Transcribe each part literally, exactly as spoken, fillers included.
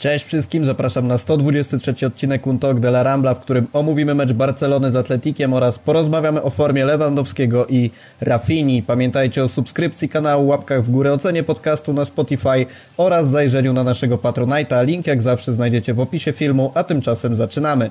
Cześć wszystkim, zapraszam na sto dwudziesty trzeci odcinek Un Talk de la Rambla, w którym omówimy mecz Barcelony z Atletikiem oraz porozmawiamy o formie Lewandowskiego i Rafini. Pamiętajcie o subskrypcji kanału, łapkach w górę, ocenie podcastu na Spotify oraz zajrzeniu na naszego Patronite'a. Link jak zawsze znajdziecie w opisie filmu, a tymczasem zaczynamy.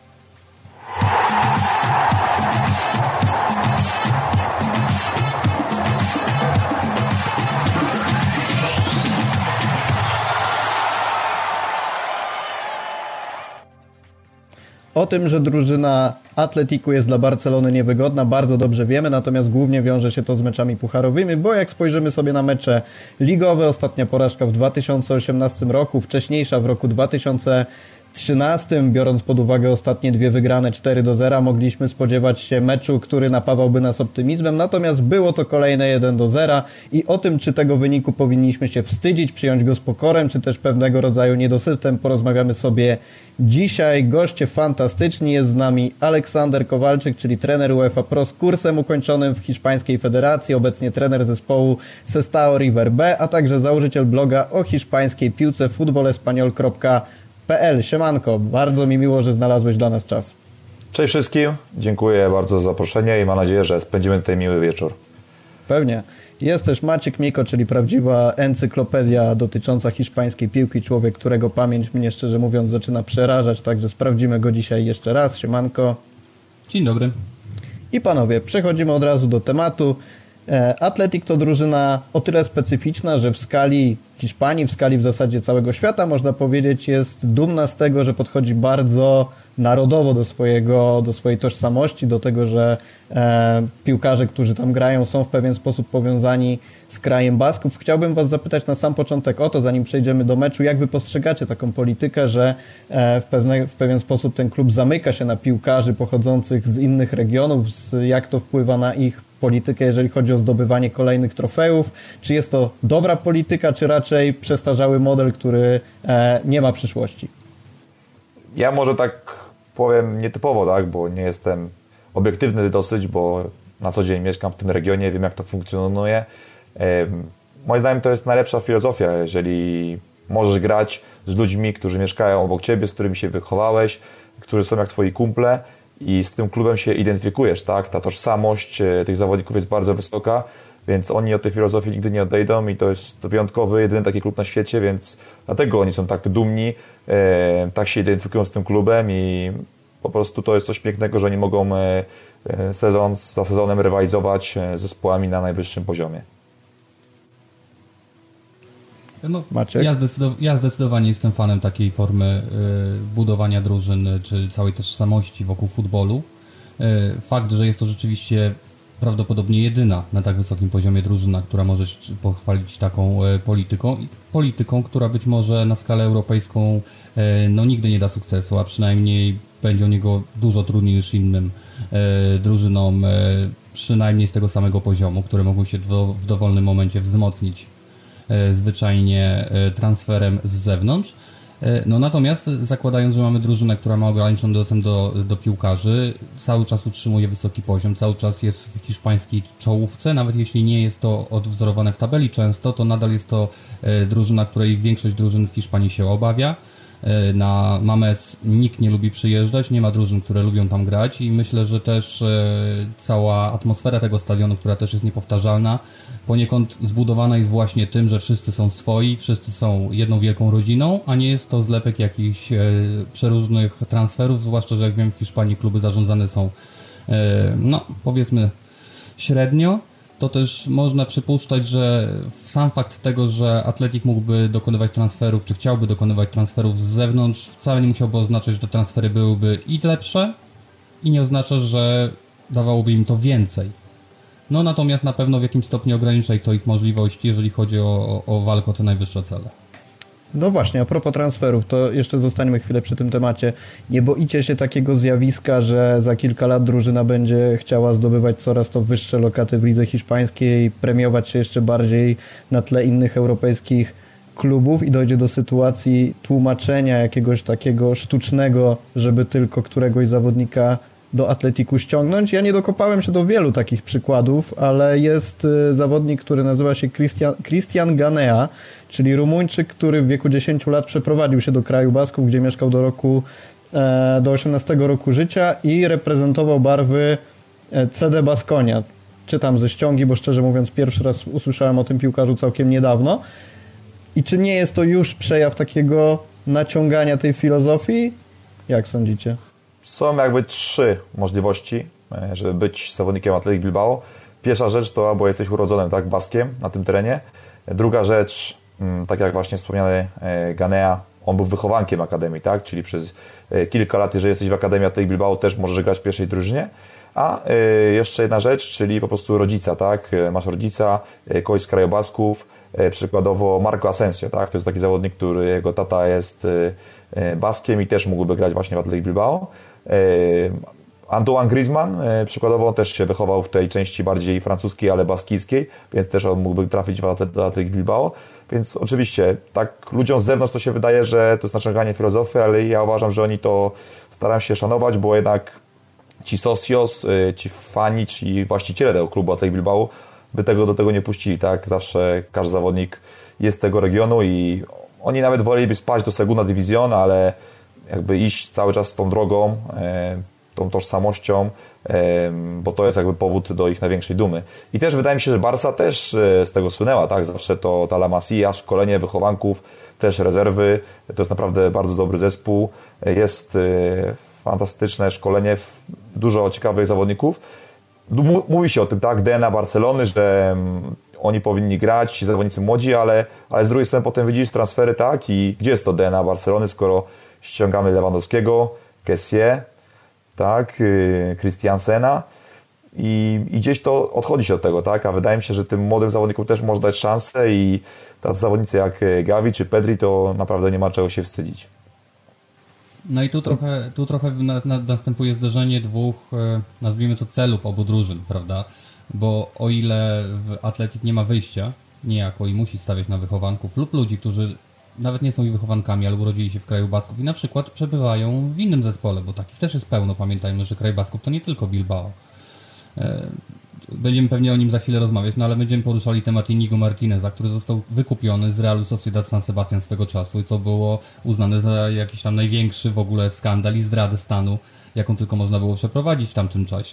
O tym, że drużyna Atletiku jest dla Barcelony niewygodna, bardzo dobrze wiemy, natomiast głównie wiąże się to z meczami pucharowymi, bo jak spojrzymy sobie na mecze ligowe, ostatnia porażka w dwa tysiące osiemnastym roku, wcześniejsza w roku dwa tysiące trzynastym, biorąc pod uwagę ostatnie dwie wygrane cztery do zera, mogliśmy spodziewać się meczu, który napawałby nas optymizmem, natomiast było to kolejne jeden do zera i o tym, czy tego wyniku powinniśmy się wstydzić, przyjąć go z pokorem, czy też pewnego rodzaju niedosytem, porozmawiamy sobie dzisiaj. Goście fantastyczni, jest z nami Aleksander Kowalczyk, czyli trener UEFA Pro z kursem ukończonym w hiszpańskiej federacji, obecnie trener zespołu Sestao River B, a także założyciel bloga o hiszpańskiej piłce futbolespaniol kropka p l. Siemanko, bardzo mi miło, że znalazłeś dla nas czas. Cześć wszystkim, dziękuję bardzo za zaproszenie i mam nadzieję, że spędzimy tutaj miły wieczór. Pewnie. Jest też Maciek Miko, czyli prawdziwa encyklopedia dotycząca hiszpańskiej piłki, człowiek, którego pamięć mnie szczerze mówiąc zaczyna przerażać, także sprawdzimy go dzisiaj jeszcze raz. Siemanko. Dzień dobry. I panowie, przechodzimy od razu do tematu. Atletik to drużyna o tyle specyficzna, że w skali Hiszpanii, w skali w zasadzie całego świata, można powiedzieć, jest dumna z tego, że podchodzi bardzo narodowo do swojego, do swojej tożsamości, do tego, że e, piłkarze, którzy tam grają, są w pewien sposób powiązani z krajem Basków. Chciałbym was zapytać na sam początek o to, zanim przejdziemy do meczu, jak wy postrzegacie taką politykę, że e, w, pewne, w pewien sposób ten klub zamyka się na piłkarzy pochodzących z innych regionów, z, jak to wpływa na ich politykę, jeżeli chodzi o zdobywanie kolejnych trofeów? Czy jest to dobra polityka, czy raczej przestarzały model, który e, nie ma przyszłości? Ja może tak powiem nietypowo, tak, bo nie jestem obiektywny dosyć, bo na co dzień mieszkam w tym regionie, wiem jak to funkcjonuje. E, moim zdaniem to jest najlepsza filozofia, jeżeli możesz grać z ludźmi, którzy mieszkają obok ciebie, z którymi się wychowałeś, którzy są jak twoi kumple, i z tym klubem się identyfikujesz, tak? Ta tożsamość tych zawodników jest bardzo wysoka, więc oni od tej filozofii nigdy nie odejdą i to jest wyjątkowy, jedyny taki klub na świecie, więc dlatego oni są tak dumni, e, tak się identyfikują z tym klubem i po prostu to jest coś pięknego, że oni mogą e, sezon za sezonem rywalizować z zespołami na najwyższym poziomie. No, ja, zdecydow- ja zdecydowanie jestem fanem takiej formy y, budowania drużyn, czy całej tożsamości wokół futbolu. Y, fakt, że jest to rzeczywiście prawdopodobnie jedyna na tak wysokim poziomie drużyna, która może się pochwalić taką y, polityką, i polityką, która być może na skalę europejską y, no, nigdy nie da sukcesu, a przynajmniej będzie o niego dużo trudniej niż innym y, drużynom, y, przynajmniej z tego samego poziomu, które mogą się do, w dowolnym momencie wzmocnić zwyczajnie transferem z zewnątrz. No natomiast zakładając, że mamy drużynę, która ma ograniczony dostęp do, do piłkarzy, cały czas utrzymuje wysoki poziom, cały czas jest w hiszpańskiej czołówce, nawet jeśli nie jest to odwzorowane w tabeli często, to nadal jest to drużyna, której większość drużyn w Hiszpanii się obawia. Na Mames nikt nie lubi przyjeżdżać, nie ma drużyn, które lubią tam grać i myślę, że też cała atmosfera tego stadionu, która też jest niepowtarzalna, poniekąd zbudowana jest właśnie tym, że wszyscy są swoi, wszyscy są jedną wielką rodziną, a nie jest to zlepek jakichś przeróżnych transferów, zwłaszcza, że jak wiem, w Hiszpanii kluby zarządzane są, no powiedzmy, średnio. To też można przypuszczać, że sam fakt tego, że Atletik mógłby dokonywać transferów, czy chciałby dokonywać transferów z zewnątrz, wcale nie musiałby oznaczać, że te transfery byłyby i lepsze, i nie oznacza, że dawałoby im to więcej. No natomiast na pewno w jakimś stopniu ogranicza to ich możliwości, jeżeli chodzi o, o, o walkę o te najwyższe cele. No właśnie, a propos transferów, to jeszcze zostańmy chwilę przy tym temacie. Nie boicie się takiego zjawiska, że za kilka lat drużyna będzie chciała zdobywać coraz to wyższe lokaty w lidze hiszpańskiej, premiować się jeszcze bardziej na tle innych europejskich klubów i dojdzie do sytuacji tłumaczenia jakiegoś takiego sztucznego, żeby tylko któregoś zawodnika do Atletiku ściągnąć. Ja nie dokopałem się do wielu takich przykładów, ale jest zawodnik, który nazywa się Christian, Christian Ganea, czyli Rumuńczyk, który w wieku dziesięciu lat przeprowadził się do kraju Basków, gdzie mieszkał do roku, do osiemnastego roku życia i reprezentował barwy C D Baskonia. Czytam ze ściągi, bo szczerze mówiąc pierwszy raz usłyszałem o tym piłkarzu całkiem niedawno. I czy nie jest to już przejaw takiego naciągania tej filozofii? Jak sądzicie? Są jakby trzy możliwości, żeby być zawodnikiem Athletic Bilbao. Pierwsza rzecz to albo jesteś urodzonym, tak, Baskiem na tym terenie. Druga rzecz, tak jak właśnie wspomniany Ganea, on był wychowankiem Akademii, tak, czyli przez kilka lat, jeżeli jesteś w Akademii Athletic Bilbao, też możesz grać w pierwszej drużynie. A jeszcze jedna rzecz, czyli po prostu rodzica, tak, masz rodzica, kogoś z kraju Basków, przykładowo Marco Asensio, tak, to jest taki zawodnik, który, jego tata jest Baskiem i też mógłby grać właśnie w Athletic Bilbao. Antoine Griezmann, przykładowo on też się wychował w tej części bardziej francuskiej, ale baskijskiej, więc też on mógłby trafić do Athletic Bilbao. Więc oczywiście, tak ludziom z zewnątrz to się wydaje, że to jest naciąganie filozofii, ale ja uważam, że oni to starają się szanować, bo jednak ci socios, ci fani, ci właściciele tego klubu Athletic Bilbao by tego do tego nie puścili, tak? Zawsze każdy zawodnik jest z tego regionu i oni nawet woleliby spać do Segunda División, ale jakby iść cały czas tą drogą, tą tożsamością, bo to jest jakby powód do ich największej dumy. I też wydaje mi się, że Barca też z tego słynęła, tak? Zawsze to ta La Masia, szkolenie wychowanków, też rezerwy, to jest naprawdę bardzo dobry zespół, jest fantastyczne szkolenie, dużo ciekawych zawodników. Mówi się o tym, tak, D N A Barcelony, że oni powinni grać, ci zawodnicy młodzi, ale, ale z drugiej strony potem widzisz transfery, tak, i gdzie jest to D N A Barcelony, skoro ściągamy Lewandowskiego, Kessie, tak, Christiansena i, i gdzieś to odchodzi się od tego, tak, a wydaje mi się, że tym młodym zawodnikom też można dać szansę i tacy zawodnicy jak Gavi czy Pedri to naprawdę nie ma czego się wstydzić. No i tu trochę, tu trochę na, na, następuje zderzenie dwóch, nazwijmy to, celów obu drużyn, prawda? Bo o ile w Athletic nie ma wyjścia niejako i musi stawiać na wychowanków lub ludzi, którzy nawet nie są ich wychowankami, ale urodzili się w kraju Basków i na przykład przebywają w innym zespole, bo takich też jest pełno. Pamiętajmy, że kraj Basków to nie tylko Bilbao. Będziemy pewnie o nim za chwilę rozmawiać, no ale będziemy poruszali temat Inigo Martineza, który został wykupiony z Realu Sociedad San Sebastian swego czasu i co było uznane za jakiś tam największy w ogóle skandal i zdradę stanu, jaką tylko można było przeprowadzić w tamtym czasie.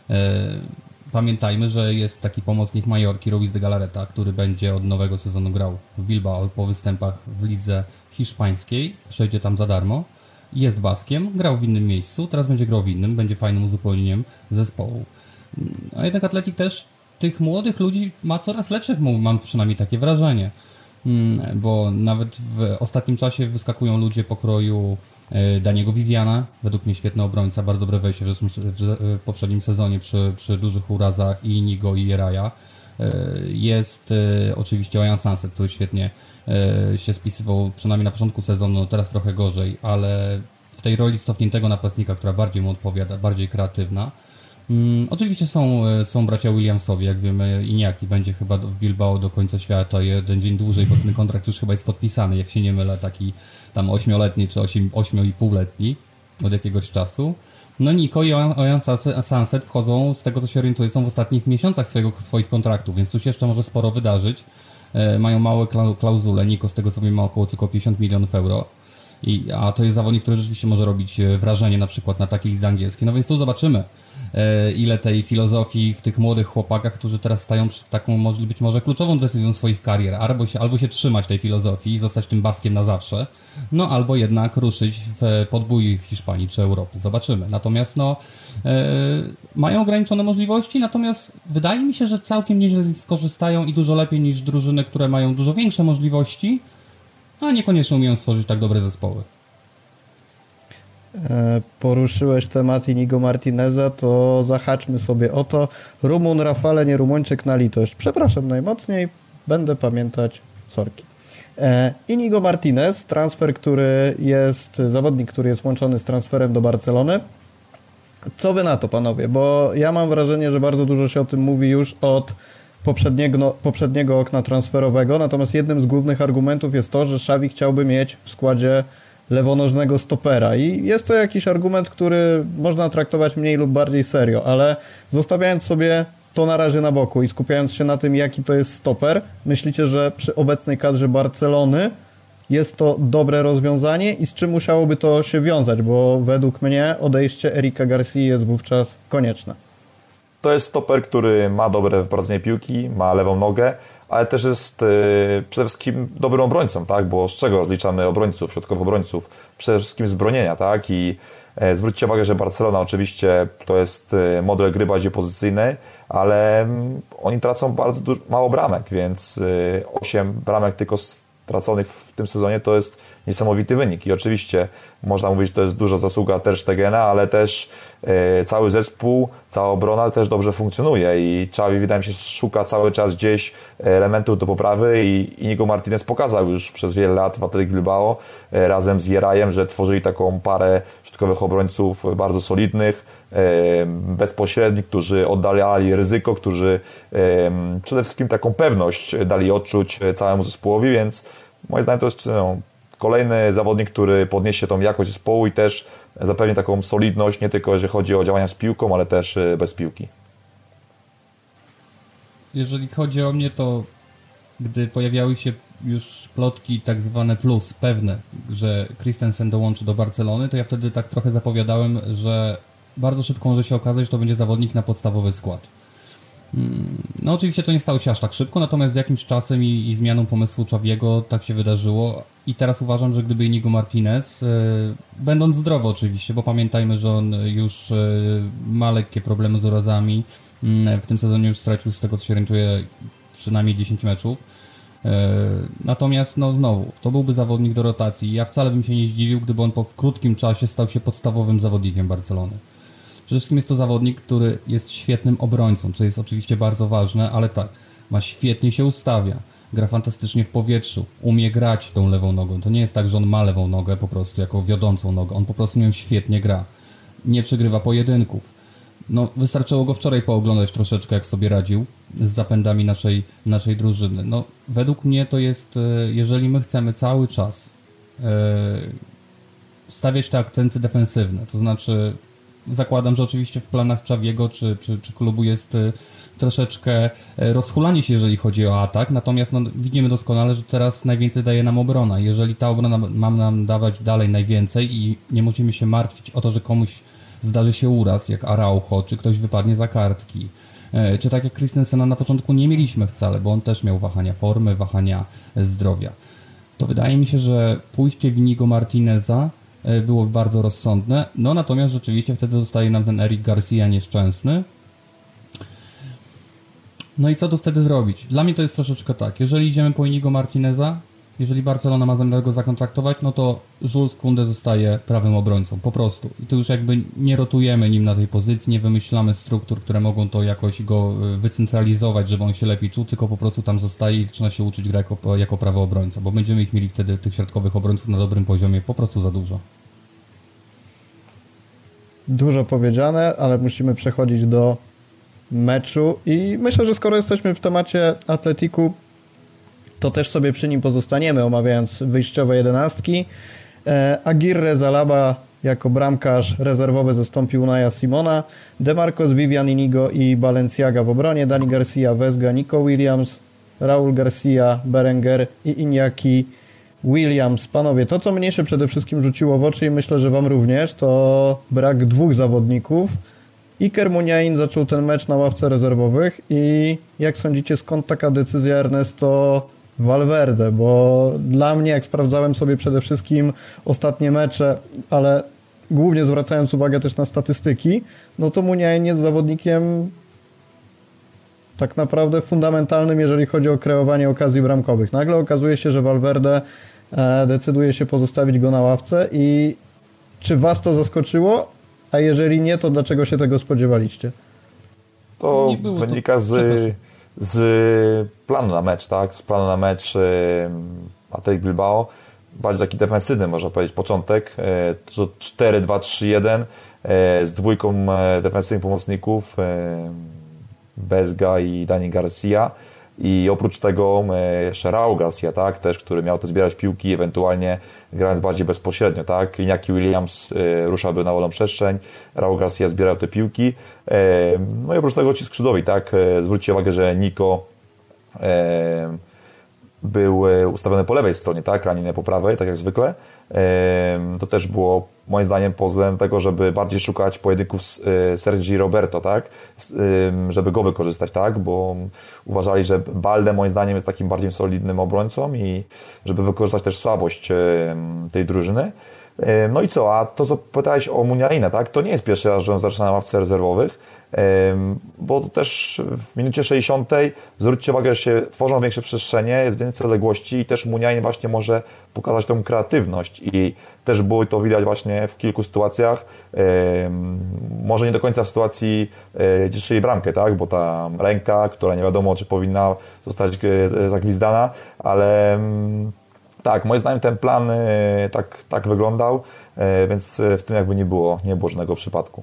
Pamiętajmy, że jest taki pomocnik Majorki, Ruiz de Galareta, który będzie od nowego sezonu grał w Bilbao po występach w lidze hiszpańskiej, przejdzie tam za darmo. Jest Baskiem, grał w innym miejscu, teraz będzie grał w innym, będzie fajnym uzupełnieniem zespołu. A jednak Athletic też tych młodych ludzi ma coraz lepszych, mam przynajmniej takie wrażenie, bo nawet w ostatnim czasie wyskakują ludzie pokroju Daniego Viviana, według mnie świetny obrońca, bardzo dobre wejście w poprzednim sezonie przy, przy dużych urazach i Inigo i Jeraja. Jest oczywiście Ojan Sanset, który świetnie się spisywał, przynajmniej na początku sezonu, no teraz trochę gorzej, ale w tej roli cofniętego napastnika, która bardziej mu odpowiada, bardziej kreatywna. Hmm, oczywiście są, są bracia Williamsowi, jak wiemy, Iniaki będzie chyba w Bilbao do końca świata, jeden dzień dłużej, bo ten kontrakt już chyba jest podpisany, jak się nie mylę, taki tam ośmioletni czy ośmiu i półletni od jakiegoś czasu. No Nico i Ojan Sanset wchodzą, z tego co się orientuję, są w ostatnich miesiącach swojego, swoich kontraktów, więc tu się jeszcze może sporo wydarzyć. E, mają małe klauzule, Nico z tego co wiem ma około tylko pięćdziesiąt milionów euro. I, a to jest zawodnik, który rzeczywiście może robić wrażenie na przykład na takiej lidze angielskiej. No więc tu zobaczymy, e, ile tej filozofii w tych młodych chłopakach, którzy teraz stają przed taką może, być może kluczową decyzją swoich karier. Albo się, albo się trzymać tej filozofii i zostać tym Baskiem na zawsze, no albo jednak ruszyć w podbój Hiszpanii czy Europy. Zobaczymy. Natomiast no e, mają ograniczone możliwości, natomiast wydaje mi się, że całkiem nieźle skorzystają i dużo lepiej niż drużyny, które mają dużo większe możliwości, a niekoniecznie umieją stworzyć tak dobre zespoły. Poruszyłeś temat Inigo Martineza, to zahaczmy sobie o to. Rumun, Rafale, nie Rumuńczyk, na litość. Przepraszam najmocniej, będę pamiętać, sorki. Inigo Martinez, transfer, który jest, zawodnik, który jest łączony z transferem do Barcelony. Co wy na to, panowie? Bo ja mam wrażenie, że bardzo dużo się o tym mówi już od poprzedniego, poprzedniego okna transferowego, natomiast jednym z głównych argumentów jest to, że Xavi chciałby mieć w składzie lewonożnego stopera i jest to jakiś argument, który można traktować mniej lub bardziej serio, ale zostawiając sobie to na razie na boku i skupiając się na tym, jaki to jest stoper, myślicie, że przy obecnej kadrze Barcelony jest to dobre rozwiązanie i z czym musiałoby to się wiązać, bo według mnie odejście Erika Garcia jest wówczas konieczne. To jest stoper, który ma dobre wprowadzenie piłki, ma lewą nogę, ale też jest yy, przede wszystkim dobrym obrońcą, tak? Bo z czego rozliczamy obrońców, środkowych obrońców? Przede wszystkim z bronienia, tak? I yy, zwróćcie uwagę, że Barcelona oczywiście to jest yy, model gry bardziej pozycyjny, ale yy, oni tracą bardzo dużo, mało bramek, więc yy, osiem bramek tylko straconych w tym sezonie to jest niesamowity wynik i oczywiście można mówić, że to jest duża zasługa Ter Stegena, ale też e, cały zespół, cała obrona też dobrze funkcjonuje i Xavi, wydaje mi się, szuka cały czas gdzieś elementów do poprawy i Inigo Martinez pokazał już przez wiele lat w Athletic Bilbao e, razem z Jerajem, że tworzyli taką parę środkowych obrońców bardzo solidnych, e, bezpośrednich, którzy oddalali ryzyko, którzy e, przede wszystkim taką pewność dali odczuć całemu zespołowi, więc moim zdaniem to jest no, kolejny zawodnik, który podniesie tą jakość zespołu i też zapewni taką solidność, nie tylko jeżeli chodzi o działania z piłką, ale też bez piłki. Jeżeli chodzi o mnie, to gdy pojawiały się już plotki tak zwane plus, pewne, że Christensen dołączy do Barcelony, to ja wtedy tak trochę zapowiadałem, że bardzo szybko może się okazać, że to będzie zawodnik na podstawowy skład. No oczywiście to nie stało się aż tak szybko, natomiast z jakimś czasem i, i zmianą pomysłu Xaviego tak się wydarzyło i teraz uważam, że gdyby Inigo Martinez, yy, będąc zdrowy oczywiście, bo pamiętajmy, że on już yy, ma lekkie problemy z urazami, yy, w tym sezonie już stracił, z tego co się orientuję, przynajmniej dziesięć meczów, yy, natomiast no znowu, to byłby zawodnik do rotacji. Ja wcale bym się nie zdziwił, gdyby on po w krótkim czasie stał się podstawowym zawodnikiem Barcelony. Przede wszystkim jest to zawodnik, który jest świetnym obrońcą, co jest oczywiście bardzo ważne, ale tak, ma świetnie się ustawia, gra fantastycznie w powietrzu, umie grać tą lewą nogą. To nie jest tak, że on ma lewą nogę po prostu jako wiodącą nogę, on po prostu nią świetnie gra. Nie przegrywa pojedynków. No, wystarczyło go wczoraj pooglądać troszeczkę, jak sobie radził z zapędami naszej, naszej drużyny. No, według mnie to jest, jeżeli my chcemy cały czas yy, stawiać te akcenty defensywne, to znaczy zakładam, że oczywiście w planach Xaviego czy, czy, czy klubu jest y, troszeczkę y, rozchulanie się, jeżeli chodzi o atak, natomiast no, widzimy doskonale, że teraz najwięcej daje nam obrona. Jeżeli ta obrona ma nam dawać dalej najwięcej i nie musimy się martwić o to, że komuś zdarzy się uraz, jak Araujo, czy ktoś wypadnie za kartki, y, czy tak jak Christensena na początku nie mieliśmy wcale, bo on też miał wahania formy, wahania zdrowia. To wydaje mi się, że pójście w Inigo Martineza byłoby bardzo rozsądne, no natomiast rzeczywiście wtedy zostaje nam ten Eric Garcia nieszczęsny. No i co tu wtedy zrobić? Dla mnie to jest troszeczkę tak, jeżeli idziemy po Inigo Martineza, jeżeli Barcelona ma zamiar go zakontraktować, no to Jules Koundé zostaje prawym obrońcą, po prostu. I tu już jakby nie rotujemy nim na tej pozycji, nie wymyślamy struktur, które mogą to jakoś go wycentralizować, żeby on się lepiej czuł, tylko po prostu tam zostaje i zaczyna się uczyć gra jako, jako prawy obrońca, bo będziemy ich mieli wtedy, tych środkowych obrońców na dobrym poziomie, po prostu za dużo. Dużo powiedziane, ale musimy przechodzić do meczu i myślę, że skoro jesteśmy w temacie Atletiku, to też sobie przy nim pozostaniemy, omawiając wyjściowe jedenastki. E, Aguirre Zalaba jako bramkarz rezerwowy zastąpił Unaia Simona, Demarcos, Vivian, Inigo i Balenciaga w obronie, Dani Garcia, Vesga, Nico Williams, Raúl Garcia, Berenguer i Iñaki Williams. Panowie, to co mnie się przede wszystkim rzuciło w oczy i myślę, że wam również, to brak dwóch zawodników. Iker Muniain zaczął ten mecz na ławce rezerwowych i jak sądzicie, skąd taka decyzja Ernesto Valverde? Bo dla mnie, jak sprawdzałem sobie przede wszystkim ostatnie mecze, ale głównie zwracając uwagę też na statystyki, no to Muniain jest zawodnikiem tak naprawdę fundamentalnym, jeżeli chodzi o kreowanie okazji bramkowych. Nagle okazuje się, że Valverde decyduje się pozostawić go na ławce i czy was to zaskoczyło? A jeżeli nie, to dlaczego się tego spodziewaliście? To wynika to... z, z planu na mecz, tak? Z planu na mecz Athletic Bilbao. Bardziej taki defensywny, można powiedzieć, początek. cztery dwa trzy jeden z dwójką defensywnych pomocników Vesga i Dani Garcia. I oprócz tego jeszcze Raul Garcia, tak, też, który miał te zbierać piłki, ewentualnie grając bardziej bezpośrednio, tak, Iñaki Williams ruszałby na wolną przestrzeń, Raul Garcia zbierał te piłki, no i oprócz tego ci skrzydłowi, tak, zwróćcie uwagę, że Nico był ustawiony po lewej stronie, tak, a nie po prawej, tak jak zwykle. To też było moim zdaniem pod względem tego, żeby bardziej szukać pojedynków z Sergi Roberto, tak, żeby go wykorzystać, tak, bo uważali, że Balde moim zdaniem jest takim bardziej solidnym obrońcą i żeby wykorzystać też słabość tej drużyny. No i co, a to co pytałeś o Muniainę, tak, to nie jest pierwszy raz, że on zaczyna na ławce rezerwowych, bo to też w minucie sześćdziesiątej zwróćcie uwagę, że się tworzą większe przestrzenie, jest więcej odległości i też Muniain właśnie może pokazać tą kreatywność i też było to widać właśnie w kilku sytuacjach, może nie do końca w sytuacji, gdzie strzeli bramkę, tak, bo ta ręka, która nie wiadomo, czy powinna zostać zagwizdana, ale tak, moim zdaniem ten plan tak, tak wyglądał, więc w tym jakby nie było, nie było żadnego przypadku.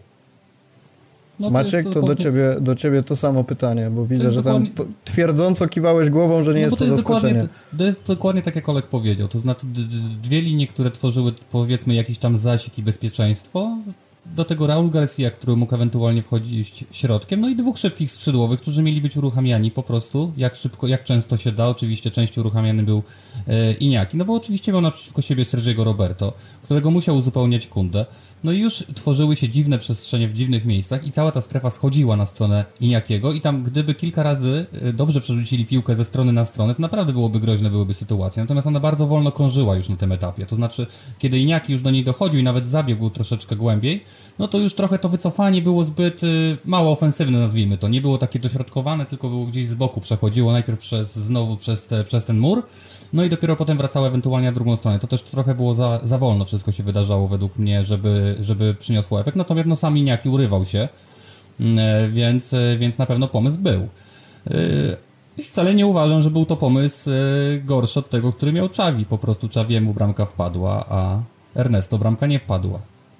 No to Maciek, to, to do, ciebie, do ciebie to samo pytanie, bo widzę, że tam dokładnie... twierdząco kiwałeś głową, że nie no jest to, to jest zaskoczenie. Dokładnie, to jest dokładnie tak, jak Olek powiedział. To znaczy dwie linie, które tworzyły, powiedzmy, jakiś tam zasik i bezpieczeństwo. Do tego Raul Garcia, który mógł ewentualnie wchodzić środkiem, no i dwóch szybkich skrzydłowych, którzy mieli być uruchamiani po prostu, jak szybko, jak często się da. Oczywiście częściej uruchamiany był e, Iñaki, no bo oczywiście miał naprzeciwko siebie Sergiego Roberto, którego musiał uzupełniać Kundę. No i już tworzyły się dziwne przestrzenie w dziwnych miejscach i cała ta strefa schodziła na stronę Iñakiego i tam gdyby kilka razy dobrze przerzucili piłkę ze strony na stronę, to naprawdę byłoby groźne, byłyby sytuacje. Natomiast ona bardzo wolno krążyła już na tym etapie. To znaczy, kiedy Iñaki już do niej dochodził i nawet zabiegł troszeczkę głębiej, no to już trochę to wycofanie było zbyt y, mało ofensywne, nazwijmy to. Nie było takie dośrodkowane, tylko było gdzieś z boku przechodziło, najpierw przez, znowu przez, te, przez ten mur, no i dopiero potem wracało ewentualnie na drugą stronę. To też trochę było za, za wolno wszystko się wydarzało według mnie, żeby, żeby przyniosło efekt. Natomiast no sam Iñaki urywał się, y, więc, y, więc na pewno pomysł był. Y, I wcale nie uważam, że był to pomysł y, gorszy od tego, który miał Xavi. Po prostu Xaviemu bramka wpadła, a Ernesto bramka nie wpadła.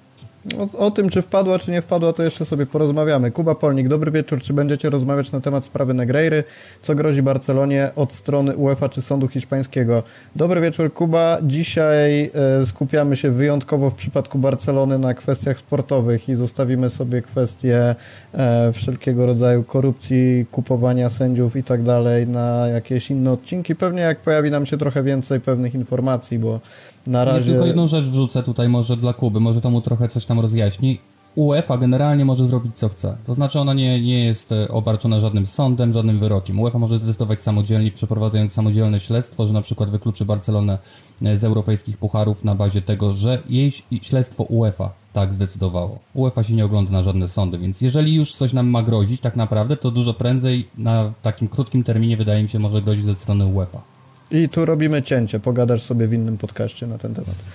O, o tym, czy wpadła, czy nie wpadła, to jeszcze sobie porozmawiamy. Kuba Polnik, dobry wieczór. Czy będziecie rozmawiać na temat sprawy Negreiry? Co grozi Barcelonie od strony UEFA czy sądu hiszpańskiego? Dobry wieczór, Kuba. Dzisiaj e, skupiamy się wyjątkowo w przypadku Barcelony na kwestiach sportowych i zostawimy sobie kwestie e, wszelkiego rodzaju korupcji, kupowania sędziów i tak dalej na jakieś inne odcinki. Pewnie jak pojawi nam się trochę więcej pewnych informacji, bo na razie... Ja tylko jedną rzecz wrzucę tutaj może dla Kuby, może to mu trochę coś tam rozjaśni. UEFA generalnie może zrobić co chce. To znaczy ona nie, nie jest obarczona żadnym sądem, żadnym wyrokiem. UEFA może zdecydować samodzielnie, przeprowadzając samodzielne śledztwo, że na przykład wykluczy Barcelonę z europejskich pucharów na bazie tego, że jej śledztwo UEFA tak zdecydowało. UEFA się nie ogląda na żadne sądy, więc jeżeli już coś nam ma grozić tak naprawdę, to dużo prędzej na takim krótkim terminie wydaje mi się może grozić ze strony UEFA. I tu robimy cięcie, pogadasz sobie w innym podcaście na ten temat.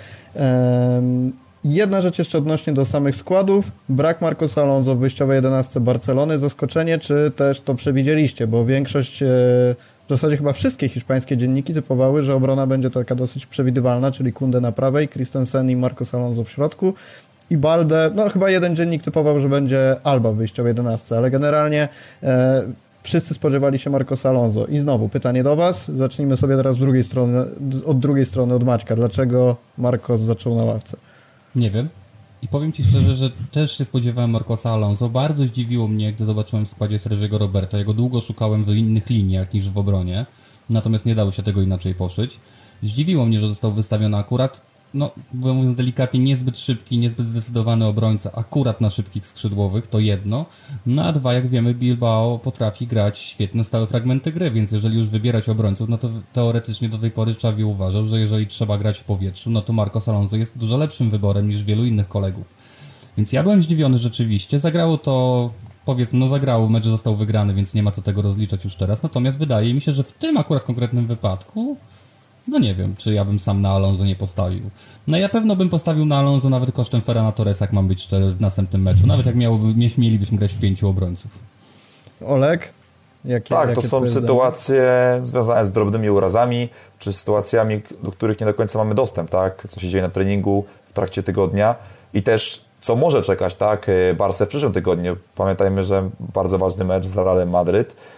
Um, jedna rzecz jeszcze odnośnie do samych składów. Brak Marcosa Alonso w wyjściowej jedenastce Barcelony. Zaskoczenie, czy też to przewidzieliście? Bo większość, w zasadzie chyba wszystkie hiszpańskie dzienniki typowały, że obrona będzie taka dosyć przewidywalna, czyli Koundé na prawej, Christensen i Marcos Alonso w środku. I Balde, no chyba jeden dziennik typował, że będzie Alba w wyjściowej jedenastce, ale generalnie... E, wszyscy spodziewali się Marcosa Alonso. I znowu pytanie do Was. Zacznijmy sobie teraz z drugiej strony, od drugiej strony, od Maćka. Dlaczego Marcos zaczął na ławce? Nie wiem. I powiem Ci szczerze, że też się spodziewałem Marcosa Alonso. Bardzo zdziwiło mnie, gdy zobaczyłem w składzie Sergiego Roberta. Jego długo szukałem w innych liniach niż w obronie. Natomiast nie dało się tego inaczej poszyć. Zdziwiło mnie, że został wystawiony akurat, no mówiąc delikatnie, niezbyt szybki, niezbyt zdecydowany obrońca, akurat na szybkich skrzydłowych, to jedno. No a dwa, jak wiemy, Bilbao potrafi grać świetne stałe fragmenty gry, więc jeżeli już wybierać obrońców, no to teoretycznie do tej pory Xavi uważał, że jeżeli trzeba grać w powietrzu, no to Marcos Alonso jest dużo lepszym wyborem niż wielu innych kolegów. Więc ja byłem zdziwiony rzeczywiście. Zagrało to, powiedzmy, no zagrało, mecz został wygrany, więc nie ma co tego rozliczać już teraz. Natomiast wydaje mi się, że w tym akurat konkretnym wypadku no nie wiem, czy ja bym sam na Alonso nie postawił. No ja pewno bym postawił na Alonso nawet kosztem Ferrana Torresa, jak mam być szczery, w następnym meczu. Nawet jak miałoby, nie mielibyśmy grać w pięciu obrońców. Olek? Jakie, tak, jakie to są sytuacje zdanie? związane z drobnymi urazami, czy sytuacjami, do których nie do końca mamy dostęp, tak? Co się dzieje na treningu w trakcie tygodnia i też co może czekać, tak? Barce w przyszłym tygodniu. Pamiętajmy, że bardzo ważny mecz z Realem Madryt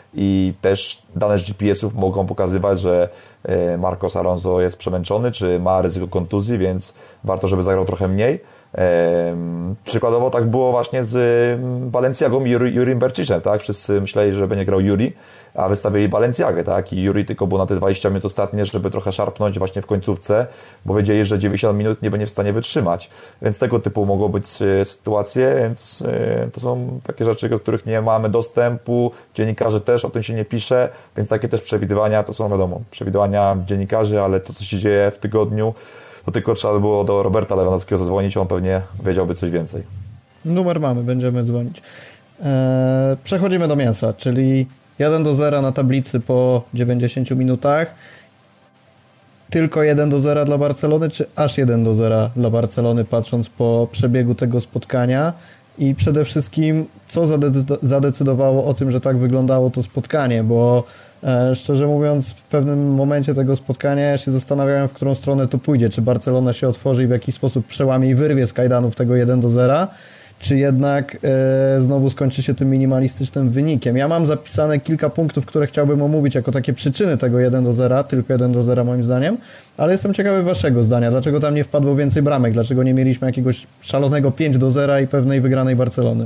i też dane z G P S-ów mogą pokazywać, że Marcos Alonso jest przemęczony, czy ma ryzyko kontuzji, więc warto, żeby zagrał trochę mniej. Ehm, przykładowo tak było właśnie z Balenciagą i Jurim Berciczem, tak? Wszyscy myśleli, że będzie grał Juri, a wystawili Balenciagę, tak? I Juri tylko był na te dwadzieścia minut ostatnie, żeby trochę szarpnąć właśnie w końcówce, bo wiedzieli, że dziewięćdziesiąt minut nie będzie w stanie wytrzymać. Więc tego typu mogą być sytuacje, więc to są takie rzeczy, do których nie mamy dostępu. Dziennikarzy też o tym się nie pisze, więc takie też przewidywania to są, wiadomo, przewidywania dziennikarzy, ale to, co się dzieje w tygodniu, to tylko trzeba by było do Roberta Lewandowskiego zadzwonić, on pewnie wiedziałby coś więcej. Numer mamy, będziemy dzwonić. Eee, przechodzimy do mięsa, czyli jeden do zera na tablicy po dziewięćdziesięciu minutach. Tylko jeden do zera dla Barcelony, czy aż jeden do zera dla Barcelony, patrząc po przebiegu tego spotkania? I przede wszystkim, co zadecydowało o tym, że tak wyglądało to spotkanie, bo e, szczerze mówiąc, w pewnym momencie tego spotkania ja się zastanawiałem, w którą stronę to pójdzie, czy Barcelona się otworzy i w jakiś sposób przełamie i wyrwie z kajdanów tego jeden do zera, czy jednak e, znowu skończy się tym minimalistycznym wynikiem. Ja mam zapisane kilka punktów, które chciałbym omówić jako takie przyczyny tego jeden do zera, tylko jeden do zera moim zdaniem, ale jestem ciekawy waszego zdania. Dlaczego tam nie wpadło więcej bramek? Dlaczego nie mieliśmy jakiegoś szalonego pięć do zera i pewnej wygranej Barcelony?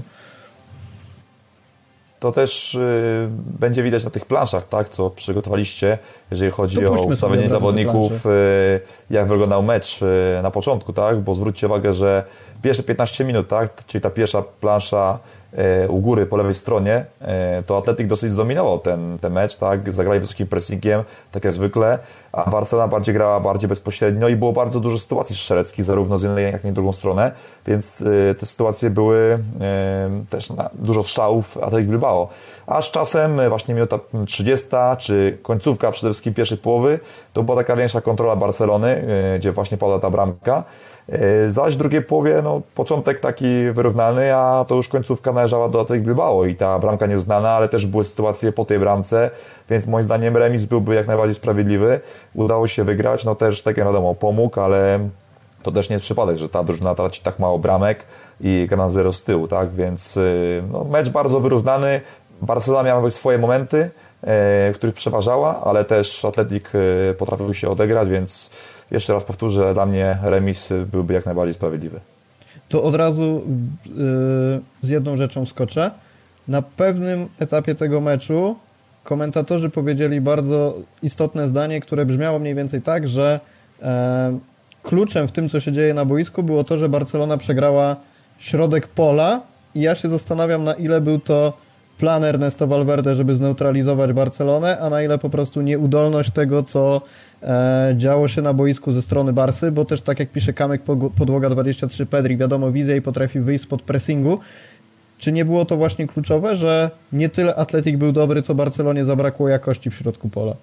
To też y, będzie widać na tych planszach, tak, co przygotowaliście, jeżeli chodzi o ustawienie zawodników, y, jak wyglądał mecz y, na początku, tak, bo zwróćcie uwagę, że pierwsze piętnaście minut, tak, czyli ta pierwsza plansza y, u góry po lewej stronie, y, to Atletik dosyć zdominował ten, ten mecz, tak, zagrali wysokim pressingiem, tak jak zwykle, a Barcelona bardziej grała bardziej bezpośrednio i było bardzo dużo sytuacji strzeleckich, zarówno z jednej, jak i z drugą stronę, więc y, te sytuacje były y, też na, dużo strzałów Atletik Bilbao. Aż czasem właśnie minuta trzydziesta, czy końcówka przede wszystkim pierwszej połowy, to była taka większa kontrola Barcelony, y, gdzie właśnie padła ta bramka. Y, zaś w drugiej połowie, no, początek taki wyrównany, a to już końcówka należała do Atletik Bilbao i ta bramka nieuznana, ale też były sytuacje po tej bramce, więc moim zdaniem remis byłby jak najbardziej sprawiedliwy. Udało się wygrać, no też tak jak wiadomo pomógł, ale to też nie jest przypadek, że ta drużyna traci tak mało bramek i gra na zero z tyłu, tak, więc no, mecz bardzo wyrównany. Barcelona miała swoje momenty, w których przeważała, ale też Atletik potrafił się odegrać, więc jeszcze raz powtórzę, dla mnie remis byłby jak najbardziej sprawiedliwy. To od razu yy, z jedną rzeczą skoczę. Na pewnym etapie tego meczu komentatorzy powiedzieli bardzo istotne zdanie, które brzmiało mniej więcej tak, że e, kluczem w tym, co się dzieje na boisku, było to, że Barcelona przegrała środek pola i ja się zastanawiam, na ile był to plan Ernesto Valverde, żeby zneutralizować Barcelonę, a na ile po prostu nieudolność tego, co e, działo się na boisku ze strony Barsy, bo też tak jak pisze Kamek Podłoga dwadzieścia trzy, Pedri, wiadomo, wizja i potrafi wyjść spod pressingu. Czy nie było to właśnie kluczowe, że nie tyle Atletik był dobry, co Barcelonie zabrakło jakości w środku pola?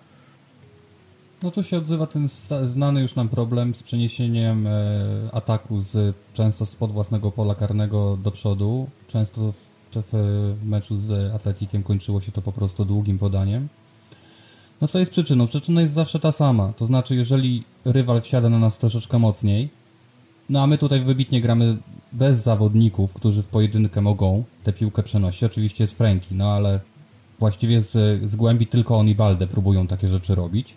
No tu się odzywa ten znany już nam problem z przeniesieniem e, ataku z, często spod własnego pola karnego do przodu. Często w, w, w meczu z Atletikiem kończyło się to po prostu długim podaniem. No co jest przyczyną? Przyczyna jest zawsze ta sama. To znaczy, jeżeli rywal wsiada na nas troszeczkę mocniej, no a my tutaj wybitnie gramy bez zawodników, którzy w pojedynkę mogą tę piłkę przenosić. Oczywiście jest Frenkie, no ale właściwie z, z głębi tylko on i Balde próbują takie rzeczy robić.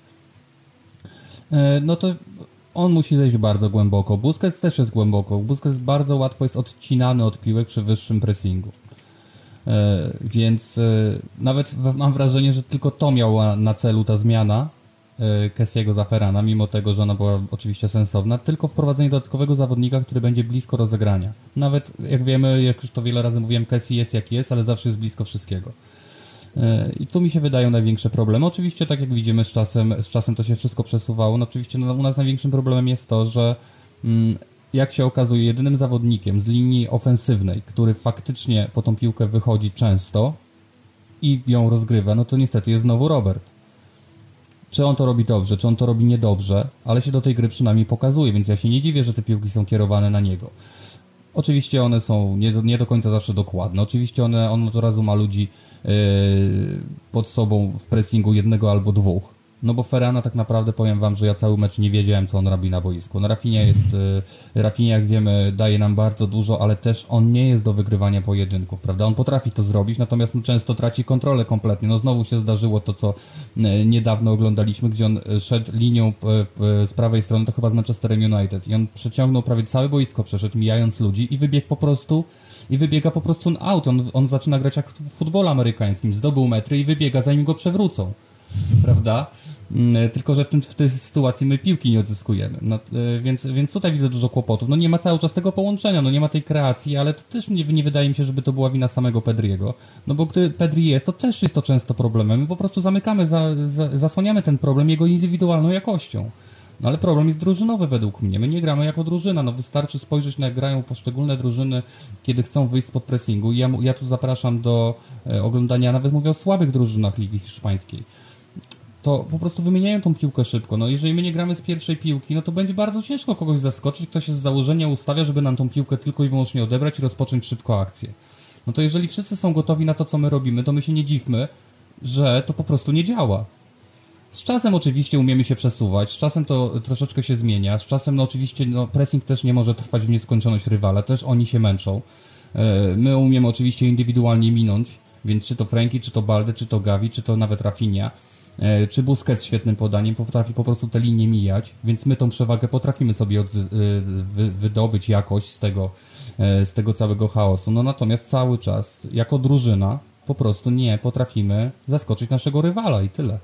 No to on musi zejść bardzo głęboko. Busquets też jest głęboko. Busquets bardzo łatwo jest odcinany od piłek przy wyższym pressingu. Więc nawet mam wrażenie, że tylko to miała na celu ta zmiana Kessiego za Ferrana, mimo tego, że ona była oczywiście sensowna, tylko wprowadzenie dodatkowego zawodnika, który będzie blisko rozegrania. Nawet, jak wiemy, jak już to wiele razy mówiłem, Kessi jest jak jest, ale zawsze jest blisko wszystkiego. I tu mi się wydają największe problemy. Oczywiście, tak jak widzimy, z czasem, z czasem to się wszystko przesuwało. No oczywiście no, u nas największym problemem jest to, że mm, jak się okazuje, jedynym zawodnikiem z linii ofensywnej, który faktycznie po tą piłkę wychodzi często i ją rozgrywa, no to niestety jest znowu Robert. Czy on to robi dobrze, czy on to robi niedobrze, ale się do tej gry przynajmniej pokazuje, więc ja się nie dziwię, że te piłki są kierowane na niego. Oczywiście one są nie do, nie do końca zawsze dokładne. Oczywiście one, on od razu ma ludzi yy, pod sobą w pressingu jednego albo dwóch. No bo Ferrana tak naprawdę, powiem wam, że ja cały mecz nie wiedziałem, co on robi na boisku. No Rafinha jest, Rafinha jak wiemy daje nam bardzo dużo, ale też on nie jest do wygrywania pojedynków, prawda? On potrafi to zrobić, natomiast no, często traci kontrolę kompletnie. No znowu się zdarzyło to, co niedawno oglądaliśmy, gdzie on szedł linią z prawej strony, to chyba z Manchesterem United i on przeciągnął prawie całe boisko, przeszedł mijając ludzi i wybiegł po prostu i wybiega po prostu out. On, on zaczyna grać jak w futbolu amerykańskim, zdobył metry i wybiega, zanim go przewrócą. Prawda? Tylko że w, tym, w tej sytuacji my piłki nie odzyskujemy. No, więc, więc tutaj widzę dużo kłopotów. No nie ma cały czas tego połączenia, no nie ma tej kreacji, ale to też nie, nie wydaje mi się, żeby to była wina samego Pedriego. No bo gdy Pedri jest, to też jest to często problemem. My po prostu zamykamy, za, za, zasłaniamy ten problem jego indywidualną jakością. No ale problem jest drużynowy według mnie. My nie gramy jako drużyna. No wystarczy spojrzeć na jak grają poszczególne drużyny, kiedy chcą wyjść spod pressingu. I ja, ja tu zapraszam do e, oglądania, nawet mówię o słabych drużynach Ligi Hiszpańskiej. To po prostu wymieniają tą piłkę szybko. No jeżeli my nie gramy z pierwszej piłki, no to będzie bardzo ciężko kogoś zaskoczyć. Ktoś się z założenia ustawia, żeby nam tą piłkę tylko i wyłącznie odebrać i rozpocząć szybko akcję. No to jeżeli wszyscy są gotowi na to, co my robimy, to my się nie dziwmy, że to po prostu nie działa. Z czasem oczywiście umiemy się przesuwać, z czasem to troszeczkę się zmienia, z czasem no oczywiście no, pressing też nie może trwać w nieskończoność rywala, też oni się męczą. My umiemy oczywiście indywidualnie minąć, więc czy to Frenkie, czy to Balde, czy to Gavi, czy to nawet Rafinha, czy Busquets świetnym podaniem potrafi po prostu te linie mijać, więc my tą przewagę potrafimy sobie odzy- wy- wydobyć jakoś z tego, z tego całego chaosu. No natomiast cały czas jako drużyna po prostu nie potrafimy zaskoczyć naszego rywala i tyle.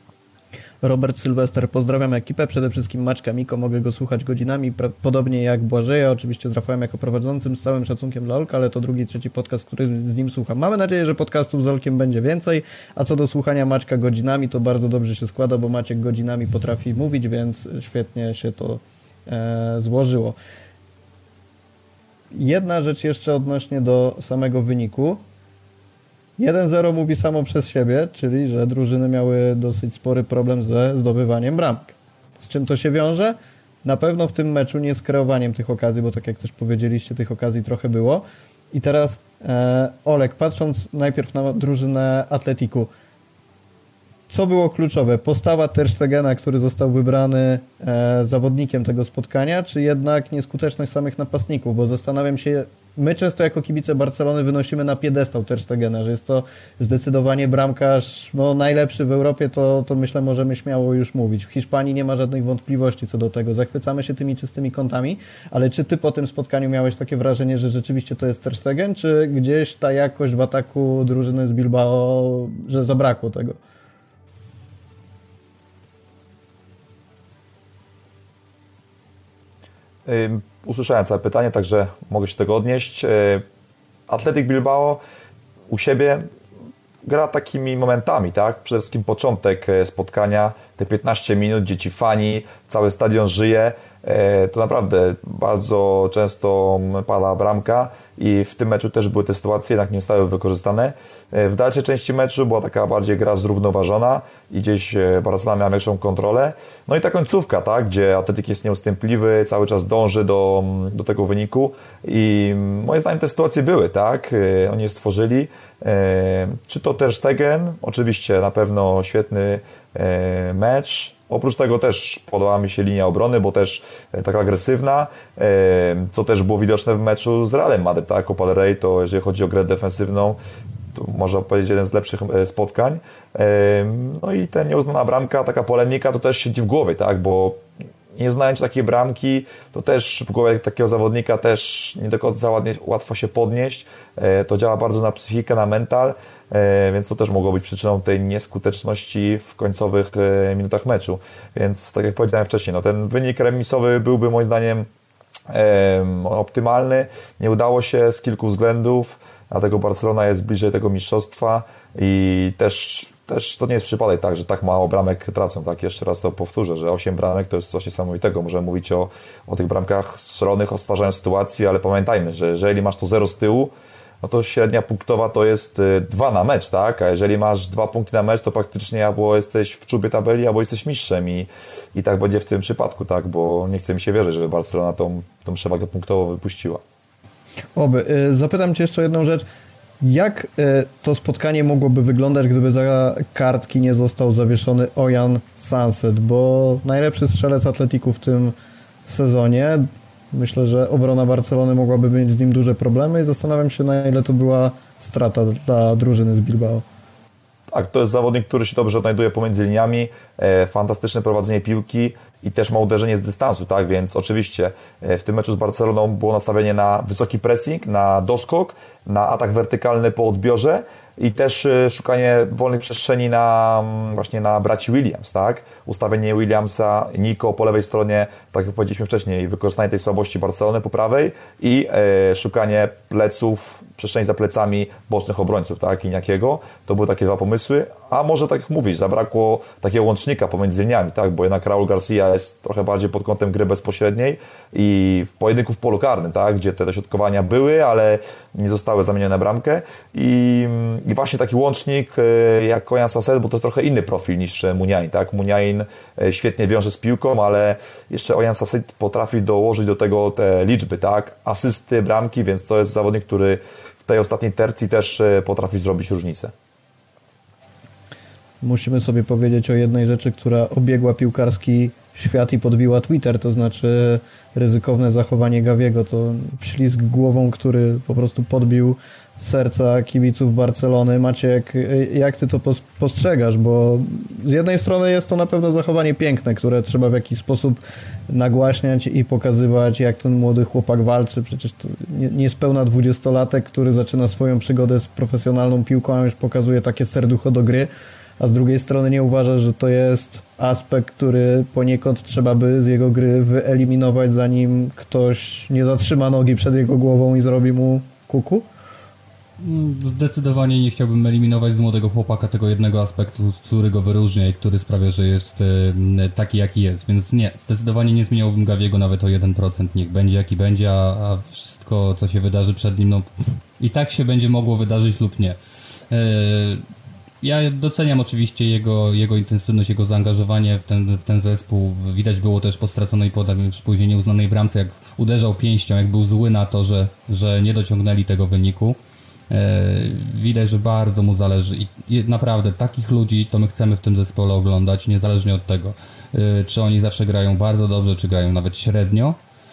Robert Sylwester, pozdrawiam ekipę, przede wszystkim Maćka Miko, mogę go słuchać godzinami, pra- podobnie jak Błażeja, oczywiście z Rafałem jako prowadzącym, z całym szacunkiem dla Olka, ale to drugi, trzeci podcast, który z nim słucham. Mamy nadzieję, że podcastów z Olkiem będzie więcej, a co do słuchania Maćka godzinami, to bardzo dobrze się składa, bo Maciek godzinami potrafi mówić, więc świetnie się to e, złożyło. Jedna rzecz jeszcze odnośnie do samego wyniku. jeden zero mówi samo przez siebie, czyli że drużyny miały dosyć spory problem ze zdobywaniem bramek. Z czym to się wiąże? Na pewno w tym meczu nie z kreowaniem tych okazji, bo tak jak też powiedzieliście, tych okazji trochę było. I teraz e, Olek, patrząc najpierw na drużynę Atletiku, co było kluczowe? Postawa Ter Stegena, który został wybrany e, zawodnikiem tego spotkania, czy jednak nieskuteczność samych napastników? Bo zastanawiam się, my często jako kibice Barcelony wynosimy na piedestał Ter Stegena, że jest to zdecydowanie bramkarz no, najlepszy w Europie, to, to myślę możemy śmiało już mówić. W Hiszpanii nie ma żadnych wątpliwości co do tego. Zachwycamy się tymi czystymi kątami, ale czy ty po tym spotkaniu miałeś takie wrażenie, że rzeczywiście to jest Ter Stegen, czy gdzieś ta jakość w ataku drużyny z Bilbao, że zabrakło tego? Usłyszałem całe pytanie, także mogę się do tego odnieść. Athletic Bilbao u siebie gra takimi momentami, tak? Przede wszystkim początek spotkania, te piętnaście minut, gdzie ci fani, cały stadion żyje, to naprawdę bardzo często pada bramka i w tym meczu też były te sytuacje, jednak nie zostały wykorzystane. W dalszej części meczu była taka bardziej gra zrównoważona i gdzieś Barcelona miała większą kontrolę. No i ta końcówka, tak? Gdzie Atletik jest nieustępliwy, cały czas dąży do, do tego wyniku i moim zdaniem te sytuacje były, tak? Oni je stworzyli. Czy to Ter Stegen? Oczywiście na pewno świetny mecz. Oprócz tego też podobała mi się linia obrony, bo też taka agresywna, co też było widoczne w meczu z Realem Madryt, tak? Copa del Rey, to jeżeli chodzi o grę defensywną, to można powiedzieć jeden z lepszych spotkań. No i ta nieuznana bramka, taka polemika, to też siedzi w głowie, tak? Bo nie znając takiej bramki, to też w głowie takiego zawodnika też nie do końca ładnie, łatwo się podnieść. To działa bardzo na psychikę, na mental, więc to też mogło być przyczyną tej nieskuteczności w końcowych minutach meczu. Więc tak jak powiedziałem wcześniej, no ten wynik remisowy byłby moim zdaniem optymalny. Nie udało się z kilku względów, dlatego Barcelona jest bliżej tego mistrzostwa i też Też to nie jest przypadek, tak, że tak mało bramek tracą, tak, jeszcze raz to powtórzę, że osiem bramek to jest coś niesamowitego, możemy mówić o, o tych bramkach strzelonych, o stwarzaniu sytuacji, ale pamiętajmy, że jeżeli masz to zero z tyłu, no to średnia punktowa to jest dwa na mecz, tak, a jeżeli masz dwa punkty na mecz, to praktycznie albo jesteś w czubie tabeli, albo jesteś mistrzem i, i tak będzie w tym przypadku, tak, bo nie chce mi się wierzyć, że Barcelona tą, tą przewagę punktową wypuściła. Oby. Zapytam Cię jeszcze o jedną rzecz. Jak to spotkanie mogłoby wyglądać, gdyby za kartki nie został zawieszony Ojan Sunset, bo najlepszy strzelec Atletiku w tym sezonie, myślę, że obrona Barcelony mogłaby mieć z nim duże problemy i zastanawiam się, na ile to była strata dla drużyny z Bilbao. Tak, to jest zawodnik, który się dobrze odnajduje pomiędzy liniami, e, fantastyczne prowadzenie piłki i też ma uderzenie z dystansu, tak, więc oczywiście e, w tym meczu z Barceloną było nastawienie na wysoki pressing, na doskok, na atak wertykalny po odbiorze i też e, szukanie wolnej przestrzeni na właśnie na braci Williams, tak, ustawienie Williamsa, Nico po lewej stronie, tak jak powiedzieliśmy wcześniej, wykorzystanie tej słabości Barcelony po prawej i e, szukanie pleców, przestrzeni za plecami bocznych obrońców, tak, Iniakiego. To były takie dwa pomysły, a może tak jak mówisz, zabrakło takiego łącznika pomiędzy liniami, tak, bo jednak Raul Garcia jest trochę bardziej pod kątem gry bezpośredniej i w pojedynku w polu karnym, tak, gdzie te dośrodkowania były, ale nie zostały zamienione na bramkę i, i właśnie taki łącznik jak Ojan Sunset, bo to jest trochę inny profil niż Muniain, tak, Muniain świetnie wiąże z piłką, ale jeszcze Ojan Sunset potrafi dołożyć do tego te liczby, tak, asysty, bramki, więc to jest zawodnik, który w tej ostatniej tercji też potrafi zrobić różnicę. Musimy sobie powiedzieć o jednej rzeczy, która obiegła piłkarski świat i podbiła Twitter, to znaczy ryzykowne zachowanie Gaviego. To ślizg głową, który po prostu podbił serca kibiców Barcelony. Maciek, jak ty to postrzegasz? Bo z jednej strony jest to na pewno zachowanie piękne, które trzeba w jakiś sposób nagłaśniać i pokazywać, jak ten młody chłopak walczy. Przecież to niespełna dwudziestolatek, który zaczyna swoją przygodę z profesjonalną piłką, a już pokazuje takie serducho do gry. A z drugiej strony nie uważasz, że to jest aspekt, który poniekąd trzeba by z jego gry wyeliminować, zanim ktoś nie zatrzyma nogi przed jego głową i zrobi mu kuku? Zdecydowanie nie chciałbym eliminować z młodego chłopaka tego jednego aspektu, który go wyróżnia i który sprawia, że jest taki, jaki jest. Więc nie, zdecydowanie nie zmieniałbym Gaviego nawet o jeden procent. Niech będzie, jaki będzie, a, a wszystko, co się wydarzy przed nim, no i tak się będzie mogło wydarzyć lub nie. Yy, Ja doceniam oczywiście jego, jego intensywność, jego zaangażowanie w ten, w ten zespół. Widać było też po straconej potem już później nieuznanej bramce, jak uderzał pięścią, jak był zły na to, że, że nie dociągnęli tego wyniku. E, widać, że bardzo mu zależy i, i naprawdę takich ludzi to my chcemy w tym zespole oglądać, niezależnie od tego, e, czy oni zawsze grają bardzo dobrze, czy grają nawet średnio.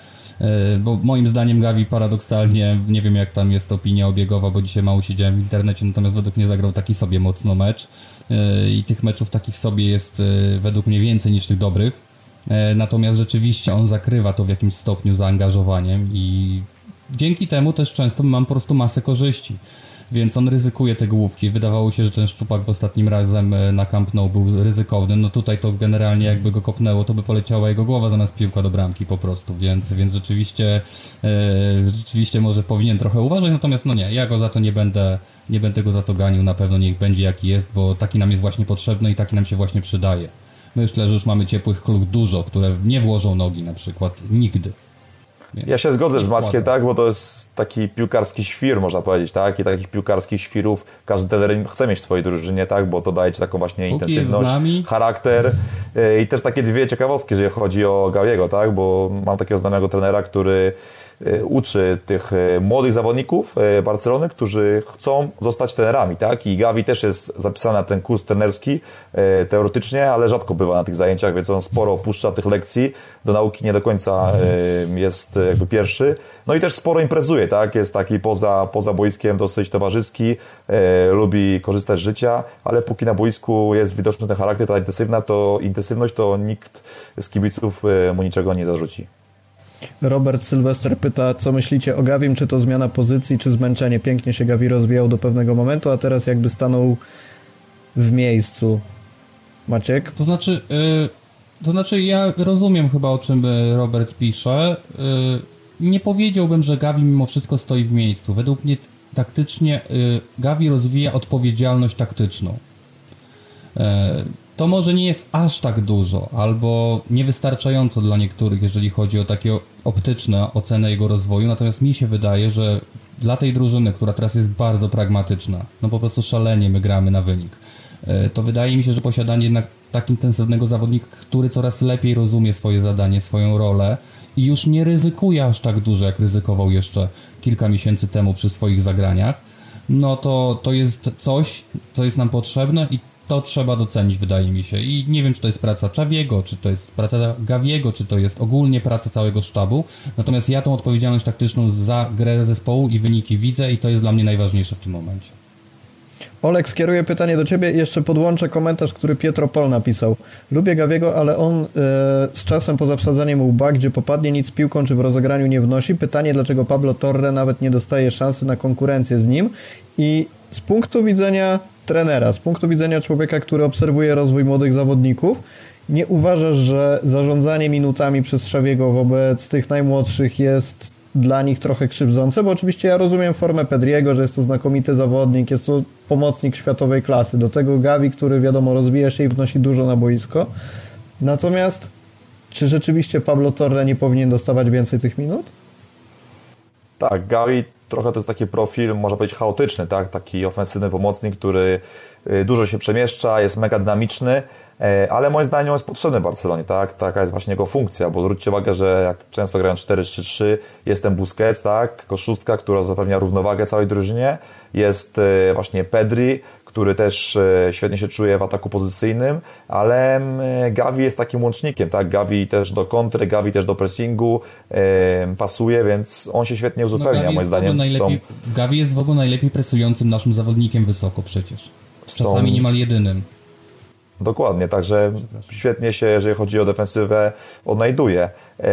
Bo moim zdaniem Gavi paradoksalnie, nie wiem jak tam jest opinia obiegowa, bo dzisiaj mało siedziałem w internecie, natomiast według mnie zagrał taki sobie mocno mecz i tych meczów takich sobie jest według mnie więcej niż tych dobrych, natomiast rzeczywiście on zakrywa to w jakimś stopniu zaangażowaniem i dzięki temu też często mam po prostu masę korzyści. Więc on ryzykuje te główki. Wydawało się, że ten szczupak w ostatnim razem na Camp Nou był ryzykowny. No tutaj to generalnie jakby go kopnęło, to by poleciała jego głowa zamiast piłka do bramki po prostu. Więc, więc rzeczywiście e, rzeczywiście może powinien trochę uważać. Natomiast no nie, ja go za to nie będę, nie będę go za to ganił. Na pewno niech będzie jaki jest, bo taki nam jest właśnie potrzebny i taki nam się właśnie przydaje. Myślę, że już mamy ciepłych klub dużo, które nie włożą nogi na przykład nigdy. Więc ja się zgodzę z Maćkiem, tak, bo to jest taki piłkarski świr, można powiedzieć, tak, i takich piłkarskich świrów każdy trener chce mieć w swojej drużynie, tak, bo to daje ci taką właśnie Póki intensywność, charakter i też takie dwie ciekawostki, jeżeli chodzi o Gaviego, tak, bo mam takiego znajomego trenera, który uczy tych młodych zawodników Barcelony, którzy chcą zostać trenerami, tak? I Gavi też jest zapisany na ten kurs trenerski teoretycznie, ale rzadko bywa na tych zajęciach, więc on sporo opuszcza tych lekcji, do nauki nie do końca jest jakby pierwszy. No i też sporo imprezuje, tak? Jest taki poza, poza boiskiem dosyć towarzyski, lubi korzystać z życia, ale póki na boisku jest widoczny ten charakter, ta intensywna, to intensywność, to nikt z kibiców mu niczego nie zarzuci. Robert Sylwester pyta, co myślicie o Gavim, czy to zmiana pozycji, czy zmęczenie? Pięknie się Gavi rozwijał do pewnego momentu, a teraz jakby stanął w miejscu. Maciek? To znaczy, yy, to znaczy ja rozumiem chyba, o czym Robert pisze. Yy, nie powiedziałbym, że Gavi mimo wszystko stoi w miejscu. Według mnie taktycznie yy, Gavi rozwija odpowiedzialność taktyczną. Yy, To może nie jest aż tak dużo, albo niewystarczająco dla niektórych, jeżeli chodzi o takie optyczne oceny jego rozwoju, natomiast mi się wydaje, że dla tej drużyny, która teraz jest bardzo pragmatyczna, no po prostu szalenie my gramy na wynik, to wydaje mi się, że posiadanie jednak tak intensywnego zawodnika, który coraz lepiej rozumie swoje zadanie, swoją rolę i już nie ryzykuje aż tak dużo, jak ryzykował jeszcze kilka miesięcy temu przy swoich zagraniach, no to, to jest coś, co jest nam potrzebne i to trzeba docenić, wydaje mi się. I nie wiem, czy to jest praca Czawiego, czy to jest praca Gaviego, czy to jest ogólnie praca całego sztabu. Natomiast ja tą odpowiedzialność taktyczną za grę zespołu i wyniki widzę i to jest dla mnie najważniejsze w tym momencie. Olek, skieruję pytanie do Ciebie i jeszcze podłączę komentarz, który Pietro Pol napisał. Lubię Gaviego, ale on e, z czasem poza wsadzaniem łba, gdzie popadnie, nic z piłką czy w rozegraniu nie wnosi. Pytanie, dlaczego Pablo Torre nawet nie dostaje szansy na konkurencję z nim. I z punktu widzenia trenera, z punktu widzenia człowieka, który obserwuje rozwój młodych zawodników, nie uważasz, że zarządzanie minutami przez Xaviego wobec tych najmłodszych jest dla nich trochę krzywdzące? Bo oczywiście ja rozumiem formę Pedriego, że jest to znakomity zawodnik, jest to pomocnik światowej klasy. Do tego Gavi, który wiadomo rozwija się i wnosi dużo na boisko. Natomiast czy rzeczywiście Pablo Torre nie powinien dostawać więcej tych minut? Tak, Gavi trochę to jest taki profil, można powiedzieć, chaotyczny, tak? Taki ofensywny pomocnik, który dużo się przemieszcza, jest mega dynamiczny, ale moim zdaniem on jest potrzebny Barcelonie, tak? Taka jest właśnie jego funkcja, bo zwróćcie uwagę, że jak często grają cztery trzy trzy, jest ten Busquets, tak? Jako szóstka, która zapewnia równowagę całej drużynie, jest właśnie Pedri, który też świetnie się czuje w ataku pozycyjnym, ale Gavi jest takim łącznikiem, tak? Gavi też do kontry, Gavi też do pressingu e, pasuje, więc on się świetnie uzupełnia, no, moim zdaniem. Najlepiej, tą... Gavi jest w ogóle najlepiej presującym naszym zawodnikiem wysoko przecież. Czasami tą... niemal jedynym. Dokładnie, także świetnie się, jeżeli chodzi o defensywę, odnajduje.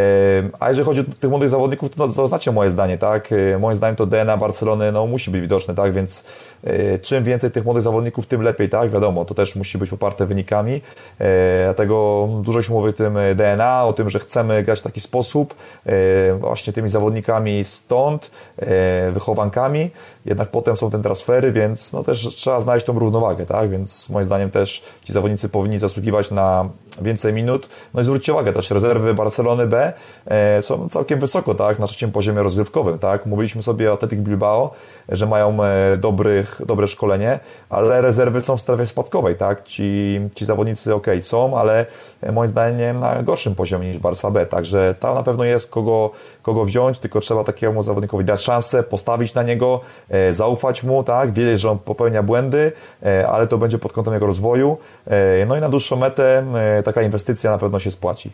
A jeżeli chodzi o tych młodych zawodników, to, to znacie moje zdanie, tak? Moim zdaniem to D N A Barcelony no, musi być widoczne, tak? Więc czym więcej tych młodych zawodników, tym lepiej, tak? Wiadomo, to też musi być poparte wynikami. Dlatego dużo się mówi o tym D N A, o tym, że chcemy grać w taki sposób, właśnie tymi zawodnikami stąd, wychowankami. Jednak potem są te transfery, więc no, też trzeba znaleźć tą równowagę, tak? Więc moim zdaniem też ci zawodnicy powinni zasługiwać na więcej minut. No i zwróćcie uwagę, też rezerwy Barcelony B e, są całkiem wysoko, tak, na trzecim poziomie rozgrywkowym, tak. Mówiliśmy sobie o Athletic Bilbao, że mają e, dobrych, dobre szkolenie, ale rezerwy są w strefie spadkowej, tak. Ci, ci zawodnicy okej okay, są, ale e, moim zdaniem na gorszym poziomie niż Barca B, także tam na pewno jest kogo, kogo wziąć, tylko trzeba takiemu zawodnikowi dać szansę, postawić na niego, e, zaufać mu, tak, wiedzieć, że on popełnia błędy, e, ale to będzie pod kątem jego rozwoju, e, no i na dłuższą metę e, taka inwestycja na pewno się spłaci.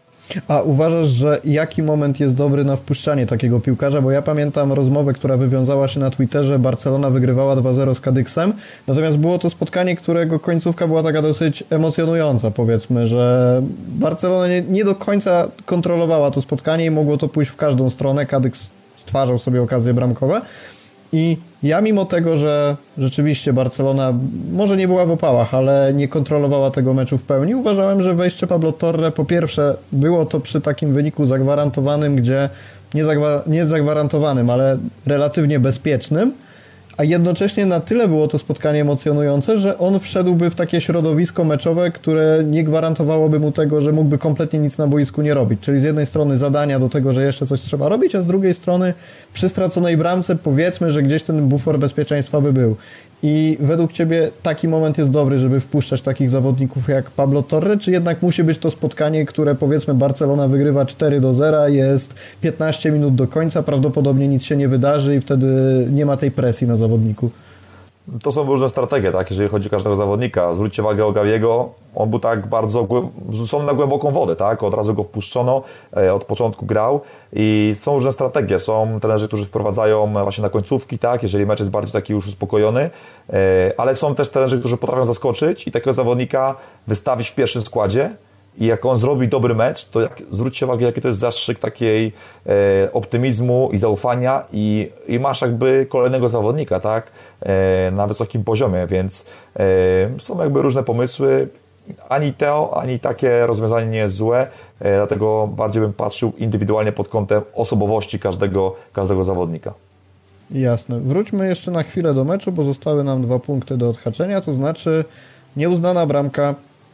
A uważasz, że jaki moment jest dobry na wpuszczanie takiego piłkarza? Bo ja pamiętam rozmowę, która wywiązała się na Twitterze, Barcelona wygrywała dwa zero z Kadyksem, natomiast było to spotkanie, którego końcówka była taka dosyć emocjonująca, powiedzmy, że Barcelona nie, nie do końca kontrolowała to spotkanie i mogło to pójść w każdą stronę, Kadyks stwarzał sobie okazje bramkowe. I ja mimo tego, że rzeczywiście Barcelona może nie była w opałach, ale nie kontrolowała tego meczu w pełni, uważałem, że wejście Pablo Torre, po pierwsze było to przy takim wyniku zagwarantowanym, gdzie nie, zagwa- nie zagwarantowanym, ale relatywnie bezpiecznym, a jednocześnie na tyle było to spotkanie emocjonujące, że on wszedłby w takie środowisko meczowe, które nie gwarantowałoby mu tego, że mógłby kompletnie nic na boisku nie robić. Czyli z jednej strony zadania do tego, że jeszcze coś trzeba robić, a z drugiej strony przy straconej bramce powiedzmy, że gdzieś ten bufor bezpieczeństwa by był. I według Ciebie taki moment jest dobry, żeby wpuszczać takich zawodników jak Pablo Torre, czy jednak musi być to spotkanie, które powiedzmy Barcelona wygrywa cztery do zera, jest piętnaście minut do końca, prawdopodobnie nic się nie wydarzy i wtedy nie ma tej presji na zawodniku? To są różne strategie, tak, jeżeli chodzi o każdego zawodnika. Zwróćcie uwagę o Gaviego, on był tak bardzo zrzucony na głęboką wodę, tak, od razu go wpuszczono, od początku grał i są różne strategie, są trenerzy, którzy wprowadzają właśnie na końcówki, tak, jeżeli mecz jest bardziej taki już uspokojony, ale są też trenerzy, którzy potrafią zaskoczyć i takiego zawodnika wystawić w pierwszym składzie. I jak on zrobi dobry mecz, to jak, zwróćcie uwagę, jaki to jest zastrzyk takiej e, optymizmu i zaufania i, i masz jakby kolejnego zawodnika, tak, e, na wysokim poziomie, więc e, są jakby różne pomysły. Ani to, ani takie rozwiązanie nie jest złe, e, dlatego bardziej bym patrzył indywidualnie pod kątem osobowości każdego, każdego zawodnika. Jasne. Wróćmy jeszcze na chwilę do meczu, bo zostały nam dwa punkty do odhaczenia, to znaczy nieuznana bramka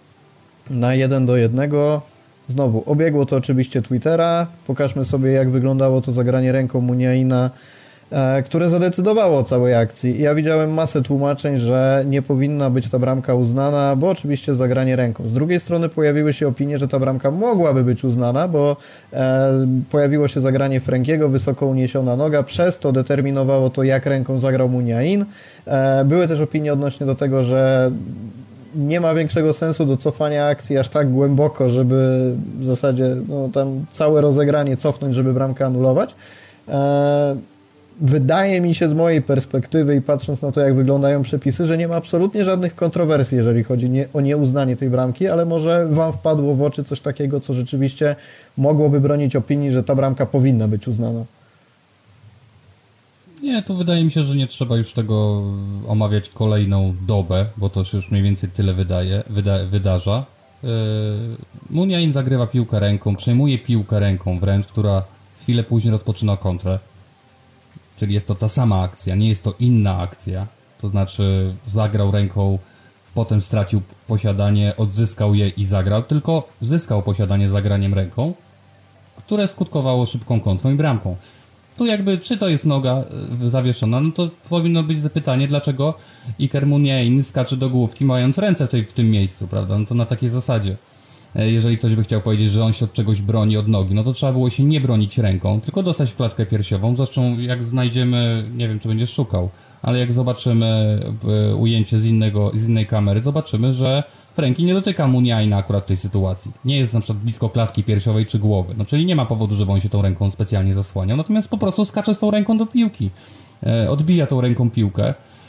na jeden do jednego. Znowu, obiegło to oczywiście Twittera. Pokażmy sobie, jak wyglądało to zagranie ręką Muniaina które zadecydowało o całej akcji. Ja widziałem masę tłumaczeń, że nie powinna być ta bramka uznana, bo oczywiście zagranie ręką. Z drugiej strony pojawiły się opinie, że ta bramka mogłaby być uznana, bo e, pojawiło się zagranie Frankiego, wysoko uniesiona noga, przez to determinowało to, jak ręką zagrał Muniain. E, były też opinie odnośnie do tego, że nie ma większego sensu do cofania akcji aż tak głęboko, żeby w zasadzie no, tam całe rozegranie cofnąć, żeby bramkę anulować. E, Wydaje mi się z mojej perspektywy i patrząc na to, jak wyglądają przepisy, że nie ma absolutnie żadnych kontrowersji, jeżeli chodzi nie, o nieuznanie tej bramki, ale może wam wpadło w oczy coś takiego, co rzeczywiście mogłoby bronić opinii, że ta bramka powinna być uznana. Nie, to wydaje mi się, że nie trzeba już tego omawiać kolejną dobę, bo to się już mniej więcej tyle wydaje, wyda, wydarza. Yy, Muniain zagrywa piłkę ręką, przejmuje piłkę ręką wręcz, która chwilę później rozpoczyna kontrę. Czyli jest to ta sama akcja, nie jest to inna akcja. To znaczy zagrał ręką, potem stracił posiadanie, odzyskał je i zagrał, tylko zyskał posiadanie zagraniem ręką, które skutkowało szybką kontrą i bramką. Tu jakby, czy to jest noga zawieszona, no to powinno być zapytanie, dlaczego Iker Muniain skacze do główki, mając ręce w, tej, w tym miejscu, prawda? No to na takiej zasadzie. Jeżeli ktoś by chciał powiedzieć, że on się od czegoś broni, od nogi, no to trzeba było się nie bronić ręką, tylko dostać w klatkę piersiową. Zresztą jak znajdziemy, nie wiem czy będziesz szukał, ale jak zobaczymy ujęcie z, innego, z innej kamery, zobaczymy, że Franki nie dotyka Muniaina akurat w tej sytuacji. Nie jest na przykład blisko klatki piersiowej czy głowy, no czyli nie ma powodu, żeby on się tą ręką specjalnie zasłaniał, natomiast po prostu skacze z tą ręką do piłki, odbija tą ręką piłkę.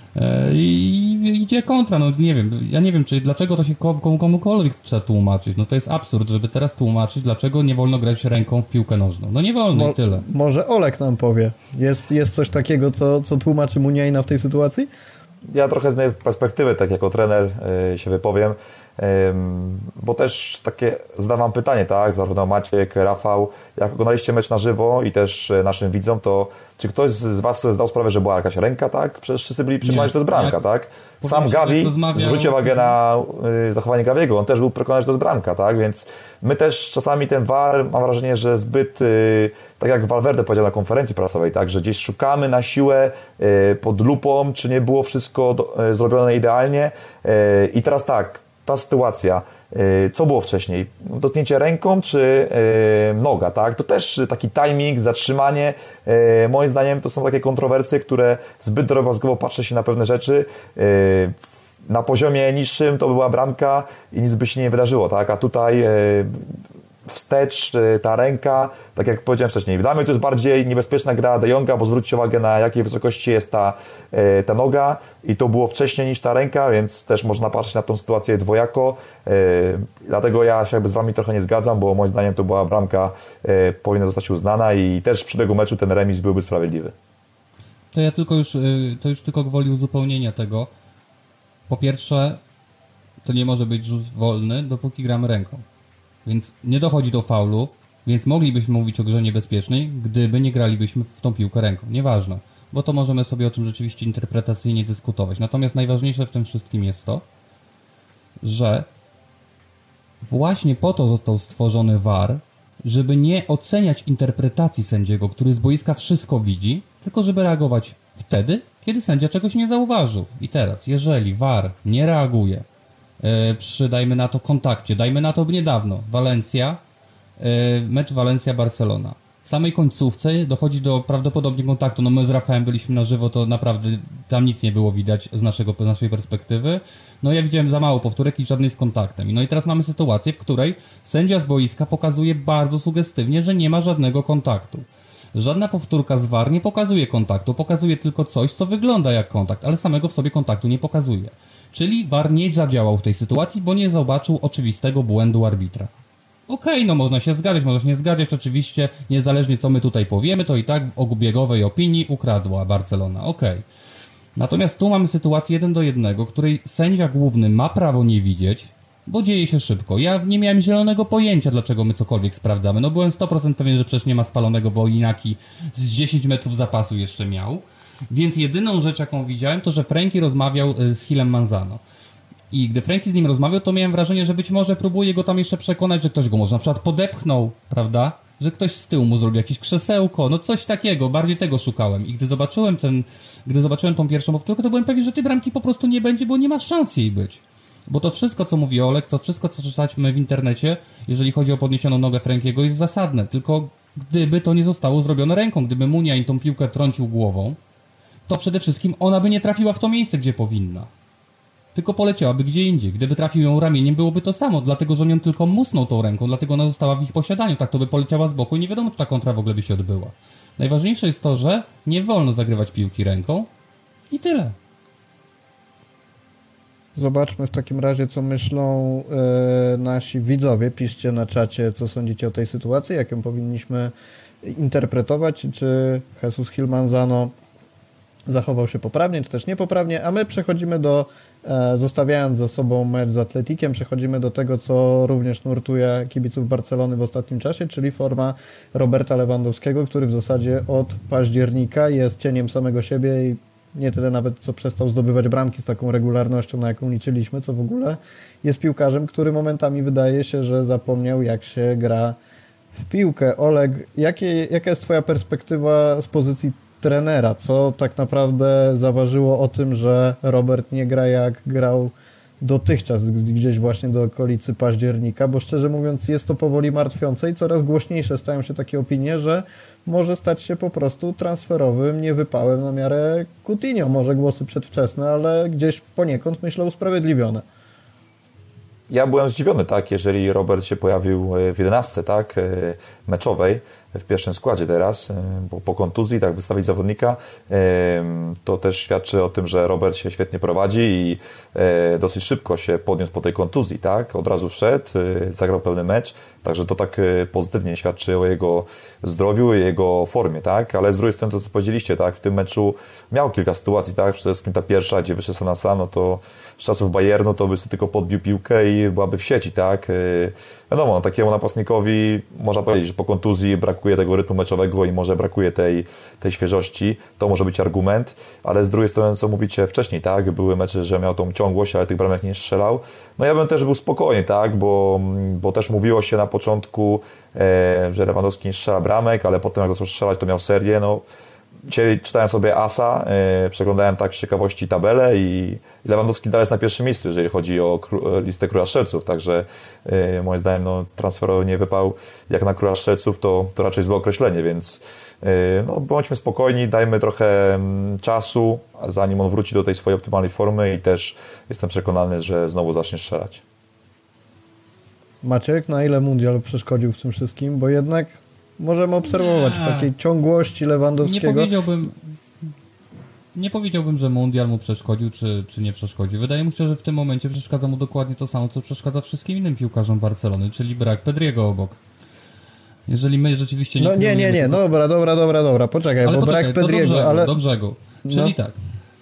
I idzie kontra, no nie wiem, ja nie wiem, czy dlaczego to się komu, komukolwiek trzeba tłumaczyć, no to jest absurd, żeby teraz tłumaczyć, dlaczego nie wolno grać ręką w piłkę nożną, no nie wolno Mo- i tyle. Może Olek nam powie, jest, jest coś takiego, co, co tłumaczy Muniaina w tej sytuacji? Ja trochę z mojej perspektywy, tak jako trener yy, się wypowiem, yy, bo też takie zadawam pytanie, tak, zarówno Maciek, Rafał, jak oglądaliście mecz na żywo i też naszym widzom, to czy ktoś z was sobie zdał sprawę, że była jakaś ręka, tak? Przecież wszyscy byli przekonani, że to jest bramka, jak, tak? Sam Gavi, rozmawiał... zwróćcie uwagę na y, zachowanie Gaviego, on też był przekonany, że to jest bramka, tak? Więc my też czasami ten V A R, mam wrażenie, że zbyt, y, tak jak Valverde powiedział na konferencji prasowej, tak? Że gdzieś szukamy na siłę y, pod lupą, czy nie było wszystko do, y, zrobione idealnie. Y, I teraz tak, ta sytuacja, co było wcześniej? Dotknięcie ręką czy yy, noga, tak? To też taki timing, zatrzymanie. Yy, moim zdaniem to są takie kontrowersje, które zbyt drobiazgowo patrzy się na pewne rzeczy. Yy, na poziomie niższym to była bramka i nic by się nie wydarzyło, tak? A tutaj yy, wstecz, ta ręka, tak jak powiedziałem wcześniej, dla mnie to jest bardziej niebezpieczna gra De Jonga, bo zwróćcie uwagę, na jakiej wysokości jest ta, ta noga i to było wcześniej niż ta ręka, więc też można patrzeć na tą sytuację dwojako, dlatego ja się jakby z wami trochę nie zgadzam, bo moim zdaniem to była bramka, powinna zostać uznana i też w przebiegu meczu ten remis byłby sprawiedliwy. To ja tylko już, to już tylko gwoli uzupełnienia tego. Po pierwsze, to nie może być rzut wolny, dopóki gramy ręką. Więc nie dochodzi do faulu, więc moglibyśmy mówić o grze niebezpiecznej, gdyby nie gralibyśmy w tą piłkę ręką. Nieważne, bo to możemy sobie o tym rzeczywiście interpretacyjnie dyskutować. Natomiast najważniejsze w tym wszystkim jest to, że właśnie po to został stworzony V A R, żeby nie oceniać interpretacji sędziego, który z boiska wszystko widzi, tylko żeby reagować wtedy, kiedy sędzia czegoś nie zauważył. I teraz, jeżeli V A R nie reaguje przy, dajmy na to, kontakcie, dajmy na to niedawno, Walencja, mecz Walencja-Barcelona. W samej końcówce dochodzi do prawdopodobnie kontaktu, no my z Rafałem byliśmy na żywo, to naprawdę tam nic nie było widać z, naszego, z naszej perspektywy. No ja widziałem za mało powtórek i żadnej z kontaktem. No i teraz mamy sytuację, w której sędzia z boiska pokazuje bardzo sugestywnie, że nie ma żadnego kontaktu. Żadna powtórka z V A R nie pokazuje kontaktu, pokazuje tylko coś, co wygląda jak kontakt, ale samego w sobie kontaktu nie pokazuje. Czyli V A R nie zadziałał w tej sytuacji, bo nie zobaczył oczywistego błędu arbitra. Okej, okay, no można się zgadzać, można się nie zgadzać, oczywiście, niezależnie co my tutaj powiemy, to i tak w obiegowej opinii ukradła Barcelona, okej. Okay. Natomiast tu mamy sytuację jeden do jednego, której sędzia główny ma prawo nie widzieć, bo dzieje się szybko. Ja nie miałem zielonego pojęcia, dlaczego my cokolwiek sprawdzamy. No byłem sto procent pewien, że przecież nie ma spalonego, bo Inaki z dziesięć metrów zapasu jeszcze miał. Więc jedyną rzecz, jaką widziałem, to że Frankie rozmawiał z Hillem Manzano. I gdy Frankie z nim rozmawiał, to miałem wrażenie, że być może próbuje go tam jeszcze przekonać, że ktoś go może na przykład podepchnął, prawda? że ktoś z tyłu mu zrobił jakieś krzesełko, no coś takiego, bardziej tego szukałem. I gdy zobaczyłem ten, gdy zobaczyłem tą pierwszą powtórkę, to byłem pewien, że tej bramki po prostu nie będzie, bo nie ma szans jej być. Bo to wszystko, co mówi Olek, to wszystko, co czytaliśmy w internecie, jeżeli chodzi o podniesioną nogę Frankiego, jest zasadne. Tylko gdyby to nie zostało zrobione ręką, gdyby Muniain tą piłkę trącił głową, to przede wszystkim ona by nie trafiła w to miejsce, gdzie powinna. Tylko poleciałaby gdzie indziej. Gdyby trafił ją ramieniem, byłoby to samo, dlatego że on ją tylko musnął tą ręką, dlatego ona została w ich posiadaniu. Tak to by poleciała z boku i nie wiadomo, czy ta kontra w ogóle by się odbyła. Najważniejsze jest to, że nie wolno zagrywać piłki ręką i tyle. Zobaczmy w takim razie, co myślą e, nasi widzowie. Piszcie na czacie, co sądzicie o tej sytuacji, jak ją powinniśmy interpretować, czy Jesus Hilmanzano zachował się poprawnie, czy też niepoprawnie, a my przechodzimy do, e, zostawiając za sobą mecz z Atletikiem, przechodzimy do tego, co również nurtuje kibiców Barcelony w ostatnim czasie, czyli forma Roberta Lewandowskiego, który w zasadzie od października jest cieniem samego siebie i nie tyle nawet, co przestał zdobywać bramki z taką regularnością, na jaką liczyliśmy, co w ogóle jest piłkarzem, który momentami wydaje się, że zapomniał, jak się gra w piłkę. Oleg, jakie, jaka jest twoja perspektywa z pozycji trenera? Co tak naprawdę zaważyło o tym, że Robert nie gra jak grał dotychczas, gdzieś właśnie do okolicy października, bo szczerze mówiąc jest to powoli martwiące i coraz głośniejsze stają się takie opinie, że może stać się po prostu transferowym niewypałem na miarę Coutinho. Może głosy przedwczesne, ale gdzieś poniekąd myślę usprawiedliwione. Ja byłem zdziwiony, tak, jeżeli Robert się pojawił w jedenastce, tak, meczowej, w pierwszym składzie teraz, bo po kontuzji, tak, wystawić zawodnika, to też świadczy o tym, że Robert się świetnie prowadzi i dosyć szybko się podniósł po tej kontuzji, tak, od razu wszedł, zagrał pełny mecz, także to tak pozytywnie świadczy o jego zdrowiu i jego formie, tak, ale z drugiej strony to, co powiedzieliście, tak, w tym meczu miał kilka sytuacji, tak, przede wszystkim ta pierwsza, gdzie wyszedł sam na sam, no to z czasów Bayernu to by sobie tylko podbił piłkę i byłaby w sieci, tak, wiadomo, takiemu napastnikowi można powiedzieć, że po kontuzji brakuje tego rytmu meczowego i może brakuje tej, tej świeżości, to może być argument, ale z drugiej strony, co mówicie wcześniej, tak, były mecze, że miał tą ciągłość, ale tych bramek nie strzelał, no ja bym też był spokojny, tak, bo, bo też mówiło się na początku, e, że Lewandowski nie strzela bramek, ale potem jak zaczął strzelać, to miał serię, no dzisiaj czytałem sobie Asa, e, przeglądałem tak z ciekawości tabelę i Lewandowski dalej jest na pierwszym miejscu, jeżeli chodzi o kró- listę Króla Strzelców, także e, moim zdaniem no, transferowy nie wypał jak na Króla Strzelców, to, to raczej złe określenie, więc e, no, bądźmy spokojni, dajmy trochę m, czasu, zanim on wróci do tej swojej optymalnej formy i też jestem przekonany, że znowu zacznie strzelać. Maciek, na ile Mundial przeszkodził w tym wszystkim? Bo jednak możemy obserwować nie. takiej ciągłości Lewandowskiego. Nie powiedziałbym, nie powiedziałbym, że Mundial mu przeszkodził, czy, czy nie przeszkodził. Wydaje mi się, że w tym momencie przeszkadza mu dokładnie to samo, co przeszkadza wszystkim innym piłkarzom Barcelony, czyli brak Pedriego obok. Jeżeli my rzeczywiście nie... No nie, nie, nie, tego... dobra, dobra, dobra, dobra, poczekaj, ale bo poczekaj, brak Pedriego, do brzegu, ale... do brzegu. Czyli no. tak.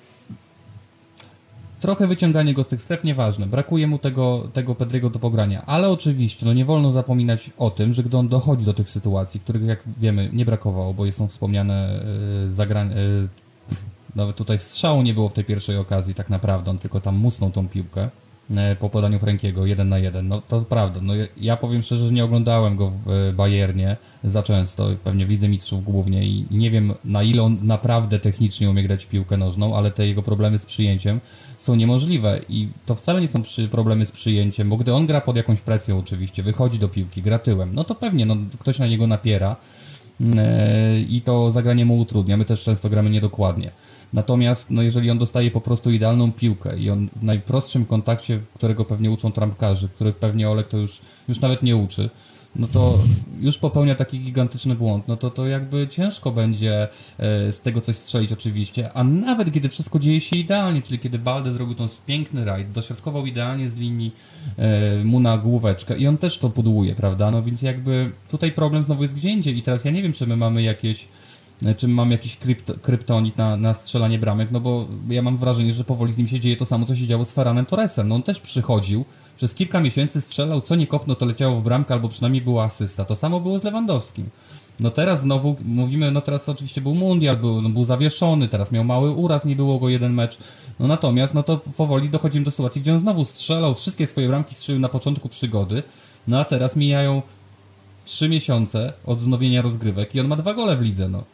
Trochę wyciąganie go z tych stref nieważne. Brakuje mu tego, tego Pedriego do pogrania. Ale oczywiście, no nie wolno zapominać o tym, że gdy on dochodzi do tych sytuacji, których jak wiemy nie brakowało, bo są wspomniane yy, zagrania... Yy, nawet tutaj strzału nie było w tej pierwszej okazji tak naprawdę, on tylko tam musnął tą piłkę yy, po podaniu Frankiego jeden na jeden. No to prawda. No, ja powiem szczerze, że nie oglądałem go w Bayernie za często, pewnie w Lidze Mistrzów głównie i nie wiem na ile on naprawdę technicznie umie grać w piłkę nożną, ale te jego problemy z przyjęciem są niemożliwe i to wcale nie są przy, problemy z przyjęciem, bo gdy on gra pod jakąś presją oczywiście, wychodzi do piłki, gra tyłem, no to pewnie no, ktoś na niego napiera yy, i to zagranie mu utrudnia, my też często gramy niedokładnie. Natomiast no, jeżeli on dostaje po prostu idealną piłkę i on w najprostszym kontakcie, którego pewnie uczą trampkarzy, których pewnie Olek to już, już nawet nie uczy, no to już popełnia taki gigantyczny błąd, no to to jakby ciężko będzie e, z tego coś strzelić oczywiście, a nawet kiedy wszystko dzieje się idealnie, czyli kiedy Balde zrobił ten piękny rajd, dośrodkował idealnie z linii e, mu na główeczkę i on też to pudłuje, prawda, no więc jakby tutaj problem znowu jest gdzie indziej i teraz ja nie wiem, czy my mamy jakieś czy mam jakiś krypto, kryptonit na, na strzelanie bramek, no bo ja mam wrażenie, że powoli z nim się dzieje to samo, co się działo z Ferranem Torresem. No on też przychodził, przez kilka miesięcy strzelał, co nie kopnął, to leciało w bramkę, albo przynajmniej była asysta. To samo było z Lewandowskim. No teraz znowu mówimy, no teraz oczywiście był mundial, był, no był zawieszony, teraz miał mały uraz, nie było go jeden mecz. No natomiast, no to powoli dochodzimy do sytuacji, gdzie on znowu strzelał, wszystkie swoje bramki strzelił na początku przygody, no a teraz mijają trzy miesiące od wznowienia rozgrywek i on ma dwa gole w lidze, no.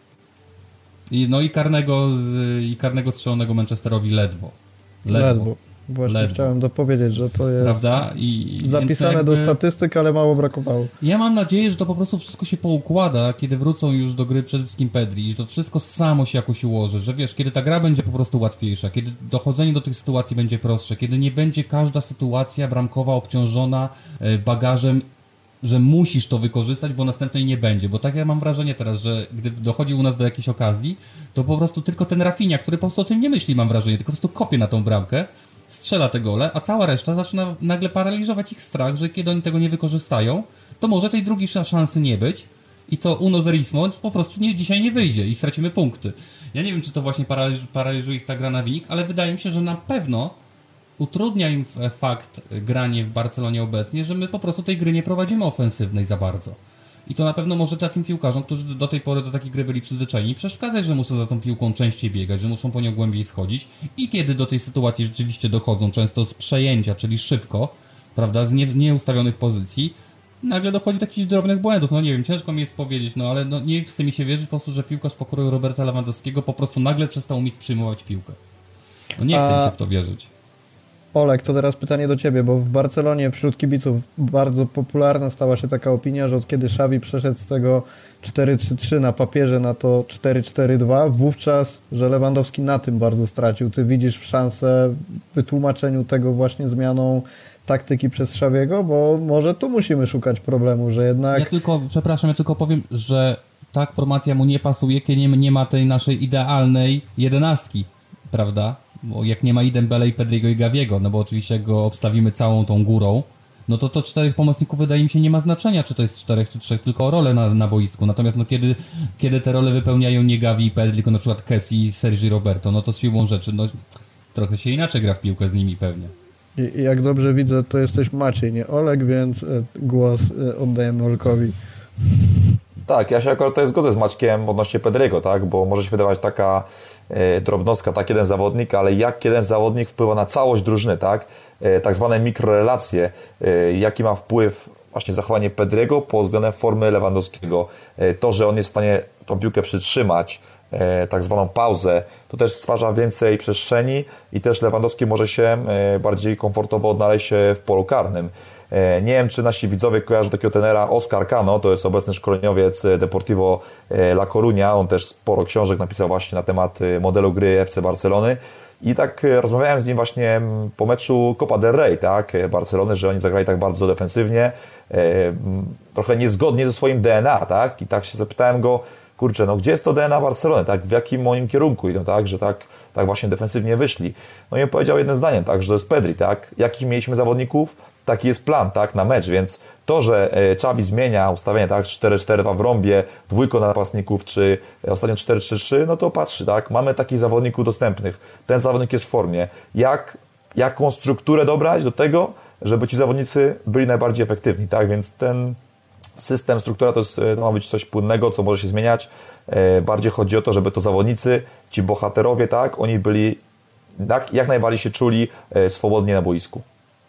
I, no i karnego, z, i karnego strzelonego Manchesterowi ledwo. Ledwo. Ledwo. Właśnie ledwo. Chciałem dopowiedzieć, że to jest Prawda? I, zapisane jakby... do statystyk, ale mało brakowało. Ja mam nadzieję, że to po prostu wszystko się poukłada, kiedy wrócą już do gry przede wszystkim Pedri, że to wszystko samo się jakoś ułoży, że wiesz, kiedy ta gra będzie po prostu łatwiejsza, kiedy dochodzenie do tych sytuacji będzie prostsze, kiedy nie będzie każda sytuacja bramkowa obciążona bagażem, że musisz to wykorzystać, bo następnej nie będzie, bo tak ja mam wrażenie teraz, że gdy dochodzi u nas do jakiejś okazji, to po prostu tylko ten Rafinha, który po prostu o tym nie myśli, mam wrażenie, tylko po prostu kopie na tą bramkę, strzela te gole, a cała reszta zaczyna nagle paraliżować ich strach, że kiedy oni tego nie wykorzystają, to może tej drugiej szansy nie być i to Uno Zerismo po prostu nie, dzisiaj nie wyjdzie i stracimy punkty. Ja nie wiem, czy to właśnie paraliż, paraliżuje ich ta gra na wynik, ale wydaje mi się, że na pewno utrudnia im fakt granie w Barcelonie obecnie, że my po prostu tej gry nie prowadzimy ofensywnej za bardzo. I to na pewno może takim piłkarzom, którzy do tej pory do takiej gry byli przyzwyczajeni, przeszkadzać, że muszą za tą piłką częściej biegać, że muszą po nią głębiej schodzić i kiedy do tej sytuacji rzeczywiście dochodzą, często z przejęcia, czyli szybko, prawda, z nie, nieustawionych pozycji, nagle dochodzi do jakichś drobnych błędów. No nie wiem, ciężko mi jest powiedzieć, no ale no, nie chce mi się wierzyć po prostu, że piłkarz pokroju Roberta Lewandowskiego po prostu nagle przestał umieć przyjmować piłkę. No nie chce A... mi się w to wierzyć. Olek, to teraz pytanie do Ciebie, bo w Barcelonie wśród kibiców bardzo popularna stała się taka opinia, że od kiedy Xavi przeszedł z tego cztery trzy trzy na papierze na to cztery cztery dwa, wówczas, że Lewandowski na tym bardzo stracił. Ty widzisz szansę w wytłumaczeniu tego właśnie zmianą taktyki przez Xaviego, bo może tu musimy szukać problemu, że jednak... Ja tylko, przepraszam, ja tylko powiem, że tak formacja mu nie pasuje, kiedy nie, nie ma tej naszej idealnej jedenastki, prawda? Bo jak nie ma i Dembele, i Pedriego, i Gaviego, no bo oczywiście jak go obstawimy całą tą górą, no to to czterech pomocników wydaje mi się nie ma znaczenia, czy to jest czterech, czy trzech, tylko o rolę na, na boisku. Natomiast no kiedy, kiedy te role wypełniają nie Gavi i Pedri, tylko na przykład Kessi i Sergi Roberto, no to z siłą rzeczy, no trochę się inaczej gra w piłkę z nimi pewnie. I, i jak dobrze widzę, to jesteś Maciej, nie Olek, więc głos oddajemy Olkowi. Tak, ja się akurat tutaj zgodzę z Maćkiem odnośnie Pedriego, tak, bo może się wydawać taka e, drobnostka, tak jeden zawodnik, ale jak jeden zawodnik wpływa na całość drużyny, tak, e, tak zwane mikrorelacje, e, jaki ma wpływ właśnie zachowanie Pedriego pod względem formy Lewandowskiego, e, to, że on jest w stanie tą piłkę przytrzymać, e, tak zwaną pauzę, to też stwarza więcej przestrzeni i też Lewandowski może się e, bardziej komfortowo odnaleźć się w polu karnym. Nie wiem, czy nasi widzowie kojarzą takiego trenera Oscar Cano, to jest obecny szkoleniowiec Deportivo La Coruña, on też sporo książek napisał właśnie na temat modelu gry F C Barcelony i tak rozmawiałem z nim właśnie po meczu Copa del Rey, tak, Barcelony, że oni zagrali tak bardzo defensywnie, trochę niezgodnie ze swoim D N A, tak, i tak się zapytałem go, kurczę, no gdzie jest to D N A Barcelony, tak, w jakim moim kierunku idą, tak, że tak, tak właśnie defensywnie wyszli. No i on powiedział jednym zdaniem, tak, że to jest Pedri, tak, jakich mieliśmy zawodników, taki jest plan, tak, na mecz, więc to, że Xavi zmienia ustawienie, tak, cztery cztery dwa w rąbie, dwójko napastników, czy ostatnio cztery trzy trzy, no to patrzy, tak, mamy takich zawodników dostępnych, ten zawodnik jest w formie, jak, jaką strukturę dobrać do tego, żeby ci zawodnicy byli najbardziej efektywni, tak, więc ten system, struktura to, jest, to ma być coś płynnego, co może się zmieniać, bardziej chodzi o to, żeby to zawodnicy, ci bohaterowie, tak, oni byli, jak, jak najbardziej się czuli swobodnie na boisku.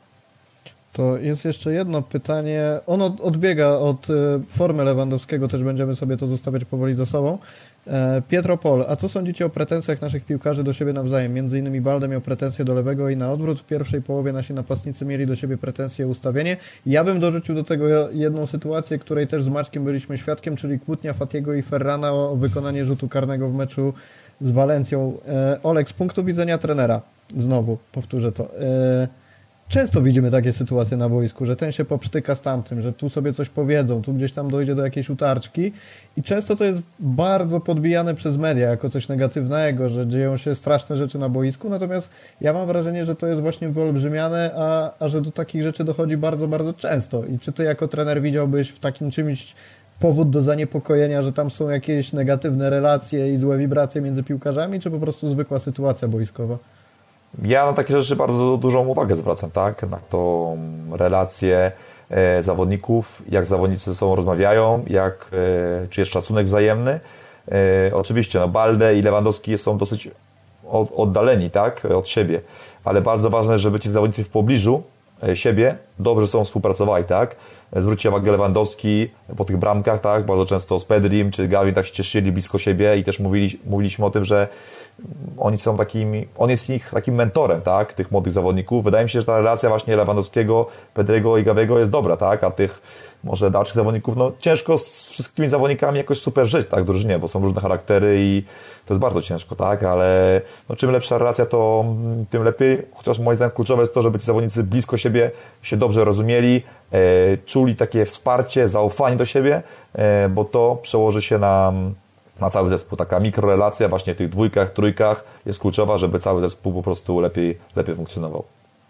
To jest jeszcze jedno pytanie. Ono odbiega od formy Lewandowskiego, też będziemy sobie to zostawiać powoli za sobą. Pietro Pol, a co sądzicie o pretensjach naszych piłkarzy do siebie nawzajem? Między innymi Balde miał pretensje do lewego i na odwrót. W pierwszej połowie nasi napastnicy mieli do siebie pretensje o ustawienie. Ja bym dorzucił do tego jedną sytuację, której też z Maćkiem byliśmy świadkiem, czyli kłótnia Fatiego i Ferrana o wykonanie rzutu karnego w meczu z Walencją. Olek, z punktu widzenia trenera, znowu powtórzę to, często widzimy takie sytuacje na boisku, że ten się poprztyka z tamtym, że tu sobie coś powiedzą, tu gdzieś tam dojdzie do jakiejś utarczki i często to jest bardzo podbijane przez media jako coś negatywnego, że dzieją się straszne rzeczy na boisku, natomiast ja mam wrażenie, że to jest właśnie wyolbrzymiane, a, a że do takich rzeczy dochodzi bardzo, bardzo często. I czy ty jako trener widziałbyś w takim czymś powód do zaniepokojenia, że tam są jakieś negatywne relacje i złe wibracje między piłkarzami, czy po prostu zwykła sytuacja boiskowa? Ja na takie rzeczy bardzo dużą uwagę zwracam, tak, na tą relację e, zawodników, jak zawodnicy ze sobą rozmawiają, jak, e, czy jest szacunek wzajemny. E, oczywiście, no Balde i Lewandowski są dosyć od, oddaleni, tak, od siebie, ale bardzo ważne, żeby ci zawodnicy w pobliżu e, siebie dobrze ze sobą współpracowali, tak. zwróćcie uwagę Lewandowski po tych bramkach, tak, bardzo często z Pedrim czy Gavi tak się cieszyli blisko siebie i też mówili, mówiliśmy o tym, że oni są takimi, on jest ich takim mentorem, tak, tych młodych zawodników. Wydaje mi się, że ta relacja właśnie Lewandowskiego, Pedriego i Gaviego jest dobra, tak, a tych może dalszych zawodników, no ciężko z wszystkimi zawodnikami jakoś super żyć, tak, w drużynie, bo są różne charaktery i to jest bardzo ciężko, tak, ale no, czym lepsza relacja, to tym lepiej, chociaż moim zdaniem kluczowe jest to, żeby ci zawodnicy blisko siebie się dobrze rozumieli, e, czuli takie wsparcie, zaufanie do siebie, e, bo to przełoży się na na cały zespół. Taka mikrorelacja właśnie w tych dwójkach, trójkach jest kluczowa, żeby cały zespół po prostu lepiej, lepiej funkcjonował.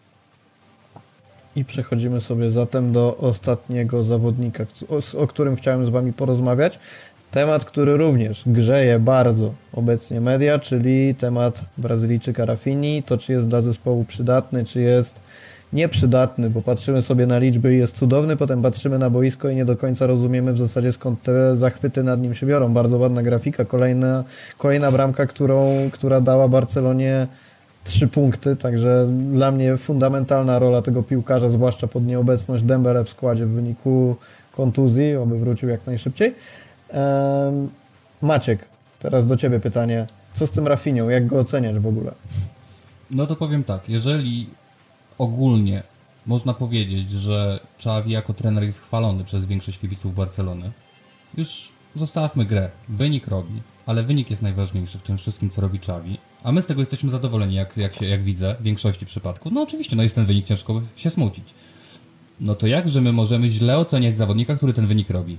I przechodzimy sobie zatem do ostatniego zawodnika, o, o którym chciałem z Wami porozmawiać. Temat, który również grzeje bardzo obecnie media, czyli temat Brazylijczyka Rafinii. To, czy jest dla zespołu przydatny, czy jest nieprzydatny, bo patrzymy sobie na liczby i jest cudowny, potem patrzymy na boisko i nie do końca rozumiemy w zasadzie, skąd te zachwyty nad nim się biorą. Bardzo ładna grafika, kolejna, kolejna bramka, którą, która dała Barcelonie trzy punkty, także dla mnie fundamentalna rola tego piłkarza, zwłaszcza pod nieobecność Dembele w składzie w wyniku kontuzji, oby wrócił jak najszybciej. Ehm, Maciek, teraz do Ciebie pytanie, co z tym Rafinią, jak go oceniasz w ogóle? No to powiem tak, jeżeli ogólnie można powiedzieć, że Xavi jako trener jest chwalony przez większość kibiców Barcelony. Już zostawmy grę. Wynik robi, ale wynik jest najważniejszy w tym wszystkim, co robi Xavi. A my z tego jesteśmy zadowoleni, jak, jak, się, jak widzę, w większości przypadków. No oczywiście, no jest ten wynik, ciężko się smucić. No to jakże my możemy źle oceniać zawodnika, który ten wynik robi?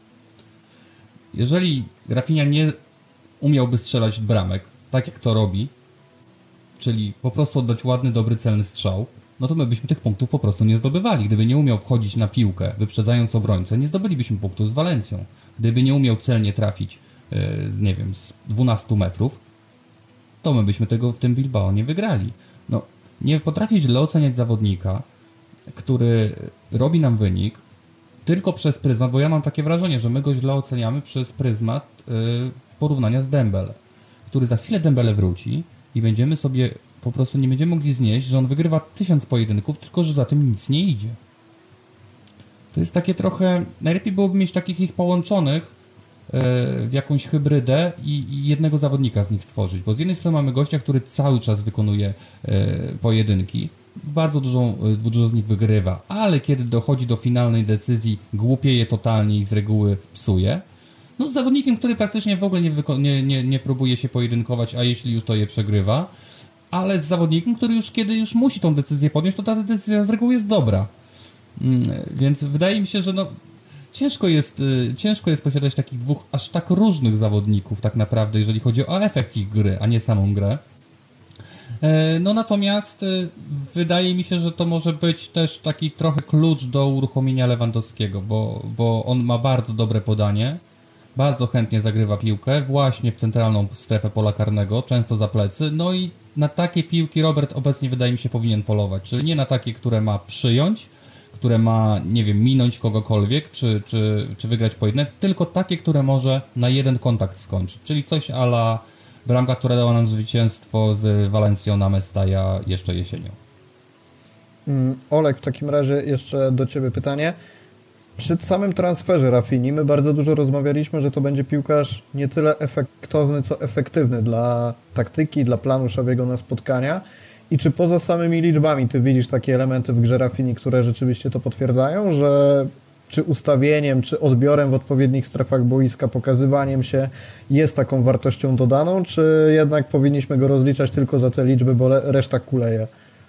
Jeżeli Rafinha nie umiałby strzelać bramek, tak jak to robi, czyli po prostu oddać ładny, dobry, celny strzał, no to my byśmy tych punktów po prostu nie zdobywali. Gdyby nie umiał wchodzić na piłkę, wyprzedzając obrońcę, nie zdobylibyśmy punktów z Walencją. Gdyby nie umiał celnie trafić, yy, nie wiem, z dwunastu metrów, to my byśmy tego w tym Bilbao nie wygrali. No, nie potrafię źle oceniać zawodnika, który robi nam wynik tylko przez pryzmat, bo ja mam takie wrażenie, że my go źle oceniamy przez pryzmat yy, porównania z Dembele, który za chwilę Dembele wróci i będziemy sobie po prostu nie będziemy mogli znieść, że on wygrywa tysiąc pojedynków, tylko że za tym nic nie idzie. To jest takie trochę... Najlepiej byłoby mieć takich ich połączonych yy, w jakąś hybrydę i, i jednego zawodnika z nich stworzyć, bo z jednej strony mamy gościa, który cały czas wykonuje yy, pojedynki, bardzo dużo, dużo z nich wygrywa, ale kiedy dochodzi do finalnej decyzji, głupieje totalnie i z reguły psuje. No z zawodnikiem, który praktycznie w ogóle nie, wyko- nie, nie, nie próbuje się pojedynkować, a jeśli już to je przegrywa, ale z zawodnikiem, który już kiedy już musi tą decyzję podjąć, to ta decyzja z reguły jest dobra. Mm, więc wydaje mi się, że no ciężko jest, y, ciężko jest posiadać takich dwóch aż tak różnych zawodników tak naprawdę, jeżeli chodzi o efekt ich gry, a nie samą grę. No natomiast wydaje mi się, że to może być też taki trochę klucz do uruchomienia Lewandowskiego, bo, bo on ma bardzo dobre podanie, bardzo chętnie zagrywa piłkę właśnie w centralną strefę pola karnego, często za plecy, no i na takie piłki Robert obecnie wydaje mi się powinien polować, czyli nie na takie, które ma przyjąć, które ma, nie wiem, minąć kogokolwiek, czy, czy, czy wygrać pojedynek, tylko takie, które może na jeden kontakt skończyć, czyli coś a la bramka, która dała nam zwycięstwo z Walencją na Mestaja jeszcze jesienią. Olek, w takim razie jeszcze do Ciebie pytanie. Przed samym transferze Rafinii my bardzo dużo rozmawialiśmy, że to będzie piłkarz nie tyle efektowny, co efektywny dla taktyki, dla planu Xaviego na spotkania. I czy poza samymi liczbami Ty widzisz takie elementy w grze Rafinii, które rzeczywiście to potwierdzają, że czy ustawieniem, czy odbiorem w odpowiednich strefach boiska, pokazywaniem się jest taką wartością dodaną, czy jednak powinniśmy go rozliczać tylko za te liczby, bo reszta kuleje?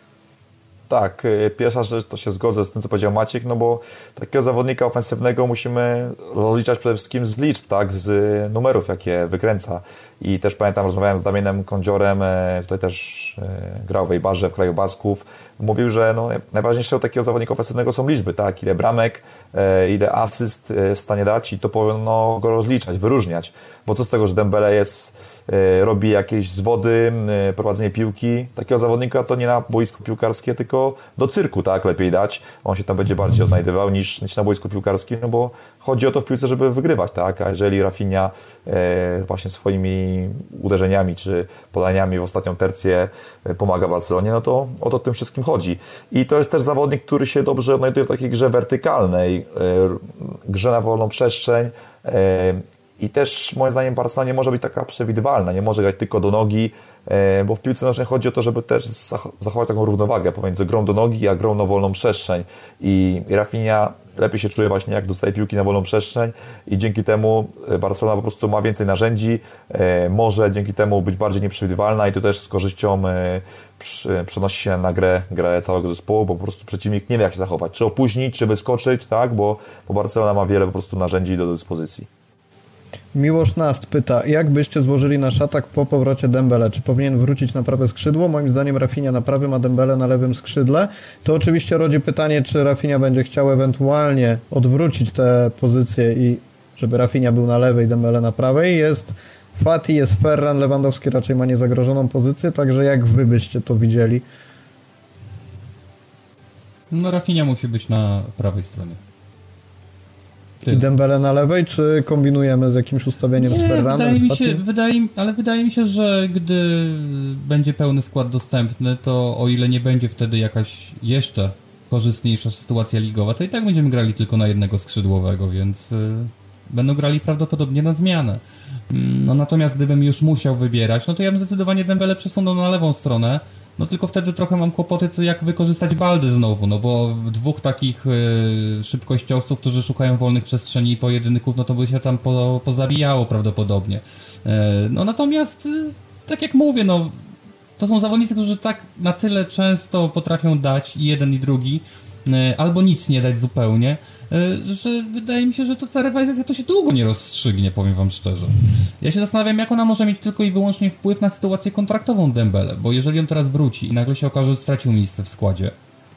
Tak, pierwsza rzecz, to się zgodzę z tym, co powiedział Maciek, no bo takiego zawodnika ofensywnego musimy rozliczać przede wszystkim z liczb, tak, z numerów, jakie wykręca. I też pamiętam, rozmawiałem z Damienem Kondziorem, tutaj też grał w Eibarze, w kraju Basków. Mówił, że no, najważniejsze od takiego zawodnika ofensywnego są liczby, tak, ile bramek, ile asyst w stanie dać i to powinno go rozliczać, wyróżniać. Bo co z tego, że Dembele jest, robi jakieś zwody, prowadzenie piłki. Takiego zawodnika to nie na boisko piłkarskie, tylko do, do cyrku, tak, lepiej dać. On się tam będzie bardziej odnajdywał niż, niż na boisku piłkarskim, no bo chodzi o to w piłce, żeby wygrywać, tak, a jeżeli Rafinha e, właśnie swoimi uderzeniami czy podaniami w ostatnią tercję e, pomaga Barcelonie, no to o to tym wszystkim chodzi. I to jest też zawodnik, który się dobrze odnajduje w takiej grze wertykalnej, e, grze na wolną przestrzeń, e, i też moim zdaniem Barcelona nie może być taka przewidywalna, nie może grać tylko do nogi, bo w piłce nożnej chodzi o to, żeby też zachować taką równowagę pomiędzy grą do nogi a grą na wolną przestrzeń. I Rafinha lepiej się czuje właśnie, jak dostaje piłki na wolną przestrzeń i dzięki temu Barcelona po prostu ma więcej narzędzi, może dzięki temu być bardziej nieprzewidywalna i to też z korzyścią przenosi się na grę, grę całego zespołu, bo po prostu przeciwnik nie wie, jak się zachować, czy opóźnić, czy wyskoczyć, tak, bo, bo Barcelona ma wiele po prostu narzędzi do dyspozycji. Miłosz Nast pyta, jak byście złożyli nasz atak po powrocie Dembele? Czy powinien wrócić na prawe skrzydło? Moim zdaniem Rafinha na prawym, a Dembele na lewym skrzydle. To oczywiście rodzi pytanie, czy Rafinha będzie chciał ewentualnie odwrócić te pozycje i żeby Rafinha był na lewej, Dembele na prawej. Jest Fati, jest Ferran, Lewandowski raczej ma niezagrożoną pozycję, także jak wy byście to widzieli? No Rafinha musi być na prawej stronie. I Dembele na lewej, czy kombinujemy z jakimś ustawieniem nie, z Ferranem? Wydaje mi się, wydaje, ale wydaje mi się, że gdy będzie pełny skład dostępny, to o ile nie będzie wtedy jakaś jeszcze korzystniejsza sytuacja ligowa, to i tak będziemy grali tylko na jednego skrzydłowego, więc y, będą grali prawdopodobnie na zmianę. No natomiast gdybym już musiał wybierać, no to ja bym zdecydowanie Dembele przesunął na lewą stronę. No tylko wtedy trochę mam kłopoty, co jak wykorzystać Baldy znowu, no bo dwóch takich y, szybkościowców, którzy szukają wolnych przestrzeni i pojedynków, no to by się tam po, pozabijało prawdopodobnie. Y, no natomiast, y, tak jak mówię, no to są zawodnicy, którzy tak na tyle często potrafią dać i jeden i drugi, y, albo nic nie dać zupełnie, y, że wydaje mi się, że to ta rywalizacja to się długo nie rozstrzygnie, powiem wam szczerze. Ja się zastanawiam, jak ona może mieć tylko i wyłącznie wpływ na sytuację kontraktową Dembele, bo jeżeli on teraz wróci i nagle się okaże, że stracił miejsce w składzie,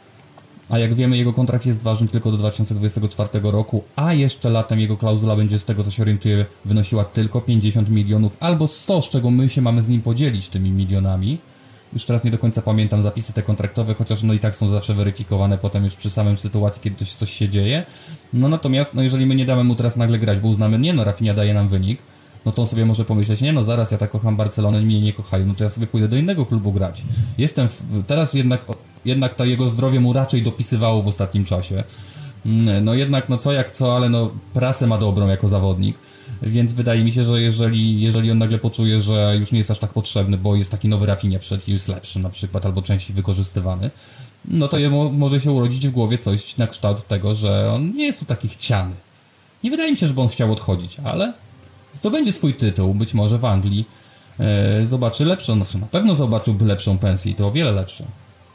a jak wiemy, jego kontrakt jest ważny tylko do dwa tysiące dwudziestego czwartego roku, a jeszcze latem jego klauzula będzie, z tego co się orientuję, wynosiła tylko pięćdziesiąt milionów albo sto, z czego my się mamy z nim podzielić tymi milionami. Już teraz nie do końca pamiętam zapisy te kontraktowe, chociaż no i tak są zawsze weryfikowane potem już przy samym sytuacji, kiedy coś, coś się dzieje. No natomiast, no jeżeli my nie damy mu teraz nagle grać, bo uznamy, nie no, Rafinha daje nam wynik, no to on sobie może pomyśleć, nie no, zaraz ja tak kocham Barcelonę, mnie nie kochają, no to ja sobie pójdę do innego klubu grać. Jestem, w, teraz jednak, jednak to jego zdrowie mu raczej dopisywało w ostatnim czasie. No jednak, no co jak co, ale no prasę ma dobrą jako zawodnik. Więc wydaje mi się, że jeżeli, jeżeli on nagle poczuje, że już nie jest aż tak potrzebny, bo jest taki nowy Rafinha przed i jest lepszy na przykład, albo częściej wykorzystywany, no to jemu może się urodzić w głowie coś na kształt tego, że on nie jest tu taki chciany. Nie wydaje mi się, żeby on chciał odchodzić, ale zdobędzie swój tytuł, być może w Anglii, yy, zobaczy lepszą, no na pewno zobaczyłby lepszą pensję i to o wiele lepszą.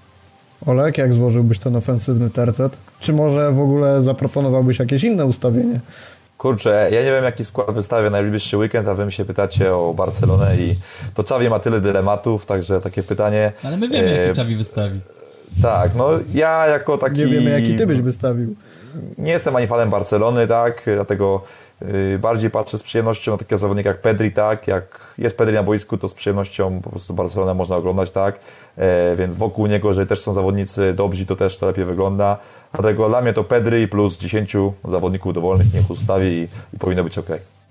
Olek, jak złożyłbyś ten ofensywny tercet? Czy może w ogóle zaproponowałbyś jakieś inne ustawienie? Kurczę, ja nie wiem, jaki skład wystawię najbliższy weekend, a wy mi się pytacie o Barcelonę i to Xavi ma tyle dylematów, także takie pytanie... Ale my wiemy, e... jaki Xavi wystawi. Tak, no ja jako taki... Nie wiemy, jaki ty byś wystawił. Nie jestem ani fanem Barcelony, tak, dlatego yy, bardziej patrzę z przyjemnością na takiego zawodnika jak Pedri, tak, jak jest Pedri na boisku, to z przyjemnością po prostu Barcelonę można oglądać, tak, e, więc wokół niego, jeżeli też są zawodnicy dobrzy, to też to lepiej wygląda, dlatego dla mnie to Pedri plus dziesięciu zawodników dowolnych niech ustawi i, i powinno być ok.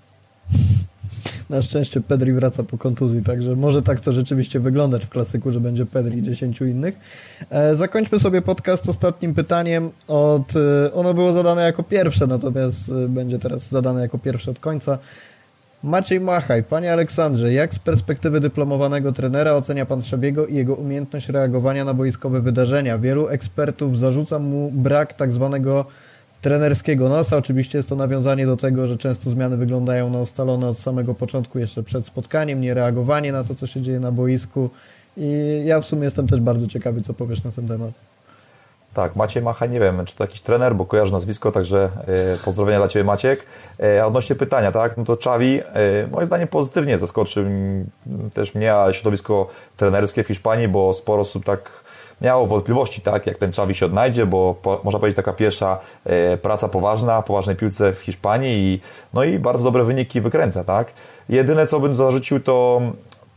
Na szczęście Pedri wraca po kontuzji, także może tak to rzeczywiście wyglądać w klasyku, że będzie Pedri i dziesięciu innych. E, zakończmy sobie podcast ostatnim pytaniem. Od, e, ono było zadane jako pierwsze, natomiast e, będzie teraz zadane jako pierwsze od końca. Maciej Machaj, panie Aleksandrze, jak z perspektywy dyplomowanego trenera ocenia pan Szabiego i jego umiejętność reagowania na boiskowe wydarzenia? Wielu ekspertów zarzuca mu brak tak zwanego trenerskiego nosa. Oczywiście jest to nawiązanie do tego, że często zmiany wyglądają na ustalone od samego początku, jeszcze przed spotkaniem, nie reagowanie na to, co się dzieje na boisku. I ja w sumie jestem też bardzo ciekawy, co powiesz na ten temat. Tak, Maciej Machaj, nie wiem, czy to jakiś trener, bo kojarzę nazwisko, także y, pozdrowienia dla Ciebie, Maciek. Y, a odnośnie pytania, tak, no to Xavi, y, moim zdaniem pozytywnie zaskoczył y, też mnie, ale środowisko trenerskie w Hiszpanii, bo sporo osób tak miało wątpliwości, tak, jak ten Xavi się odnajdzie, bo po, można powiedzieć taka pierwsza y, praca poważna, poważnej piłce w Hiszpanii i no i bardzo dobre wyniki wykręca, tak. Jedyne, co bym zarzucił, to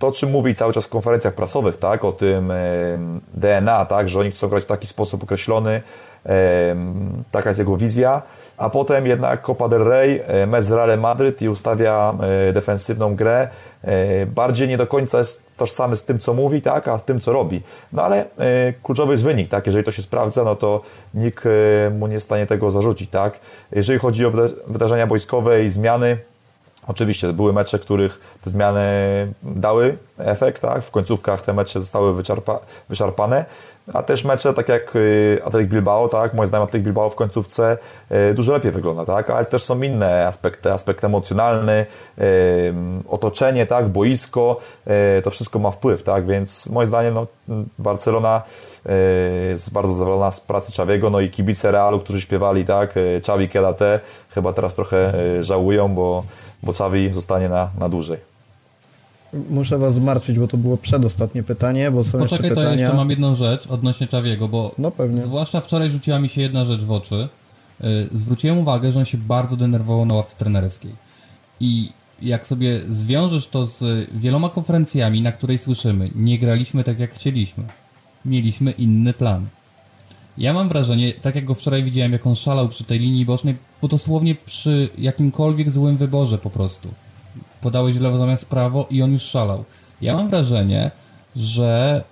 to, o czym mówi cały czas w konferencjach prasowych, tak, o tym D N A, tak, że oni chcą grać w taki sposób określony, taka jest jego wizja, a potem jednak Copa del Rey, mecz z Realem Madryt i ustawia defensywną grę, bardziej nie do końca jest tożsamy z tym, co mówi, tak, a z tym, co robi. No ale kluczowy jest wynik, tak, jeżeli to się sprawdza, no to nikt mu nie jest w stanie tego zarzucić, tak. Jeżeli chodzi o wydarzenia wojskowe i zmiany, oczywiście były mecze, których te zmiany dały efekt, tak? W końcówkach te mecze zostały wyczerpa- wyszarpane, a też mecze tak jak Athletic Bilbao, tak? Moim zdaniem Athletic Bilbao w końcówce dużo lepiej wygląda, tak? Ale też są inne aspekty, aspekt emocjonalny, otoczenie, tak? Boisko, to wszystko ma wpływ, tak? Więc moim zdaniem no, Barcelona jest bardzo zadowolona z pracy Xaviego, no i kibice Realu, którzy śpiewali, tak? Xavi Quédate, chyba teraz trochę żałują, bo bo Xavi zostanie na, na dłużej. Muszę was zmartwić, bo to było przedostatnie pytanie, bo są Poczekaj, jeszcze pytania. to ja jeszcze mam jedną rzecz odnośnie Xaviego, bo no pewnie. Zwłaszcza wczoraj rzuciła mi się jedna rzecz w oczy. Yy, zwróciłem uwagę, że on się bardzo denerwował na ławce trenerskiej. I jak sobie zwiążesz to z wieloma konferencjami, na której słyszymy, nie graliśmy tak jak chcieliśmy. Mieliśmy inny plan. Ja mam wrażenie, tak jak go wczoraj widziałem, jak on szalał przy tej linii bocznej, bo dosłownie przy jakimkolwiek złym wyborze po prostu. Podałeś lewo zamiast prawo i on już szalał. Ja mam wrażenie, że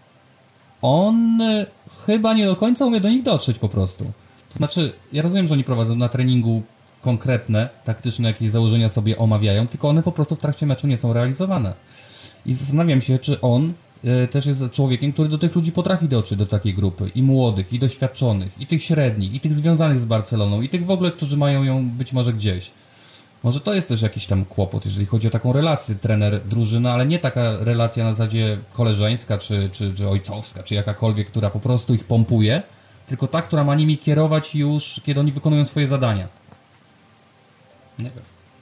on chyba nie do końca umie do nich dotrzeć po prostu. To znaczy, ja rozumiem, że oni prowadzą na treningu konkretne, taktyczne jakieś założenia sobie omawiają, tylko one po prostu w trakcie meczu nie są realizowane. I zastanawiam się, czy on też jest człowiekiem, który do tych ludzi potrafi dotrzeć, do takiej grupy, i młodych, i doświadczonych, i tych średnich, i tych związanych z Barceloną, i tych w ogóle, którzy mają ją być może gdzieś. Może to jest też jakiś tam kłopot, jeżeli chodzi o taką relację trener-drużyna, ale nie taka relacja na zasadzie koleżeńska, czy, czy, czy ojcowska, czy jakakolwiek, która po prostu ich pompuje, tylko ta, która ma nimi kierować już, kiedy oni wykonują swoje zadania. Nie wiem.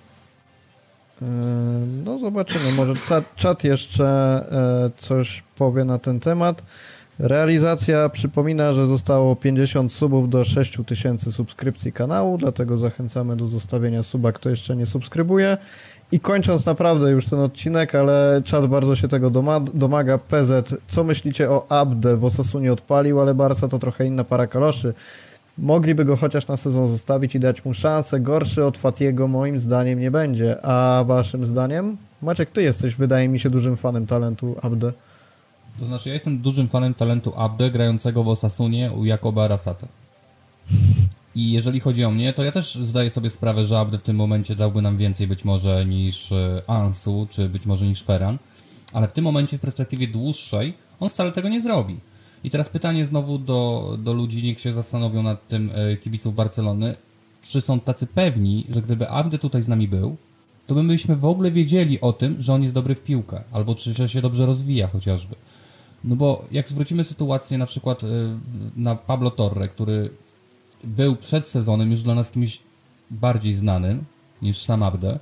No zobaczymy, może czat jeszcze coś powie na ten temat. Realizacja przypomina, że zostało pięćdziesiąt subów do sześć tysięcy subskrypcji kanału, dlatego zachęcamy do zostawienia suba, kto jeszcze nie subskrybuje. I kończąc naprawdę już ten odcinek, ale czat bardzo się tego domaga. P Z, co myślicie o Abde? W Osasunie odpalił, ale Barca to trochę inna para kaloszy. Mogliby go chociaż na sezon zostawić i dać mu szansę. Gorszy od Fatiego moim zdaniem nie będzie. A waszym zdaniem? Maciek, ty jesteś, wydaje mi się, dużym fanem talentu Abde. To znaczy, ja jestem dużym fanem talentu Abde, grającego w Osasunie u Jacoba Arrasate. I jeżeli chodzi o mnie, to ja też zdaję sobie sprawę, że Abde w tym momencie dałby nam więcej być może niż Ansu, czy być może niż Ferran, ale w tym momencie, w perspektywie dłuższej, on wcale tego nie zrobi. I teraz pytanie znowu do, do ludzi, niech się zastanowią nad tym, e, kibiców Barcelony, czy są tacy pewni, że gdyby Abde tutaj z nami był, to my byśmy w ogóle wiedzieli o tym, że on jest dobry w piłkę, albo czy że się dobrze rozwija chociażby. No bo jak zwrócimy sytuację na przykład e, na Pablo Torre, który był przed sezonem już dla nas kimś bardziej znanym niż sam Abde,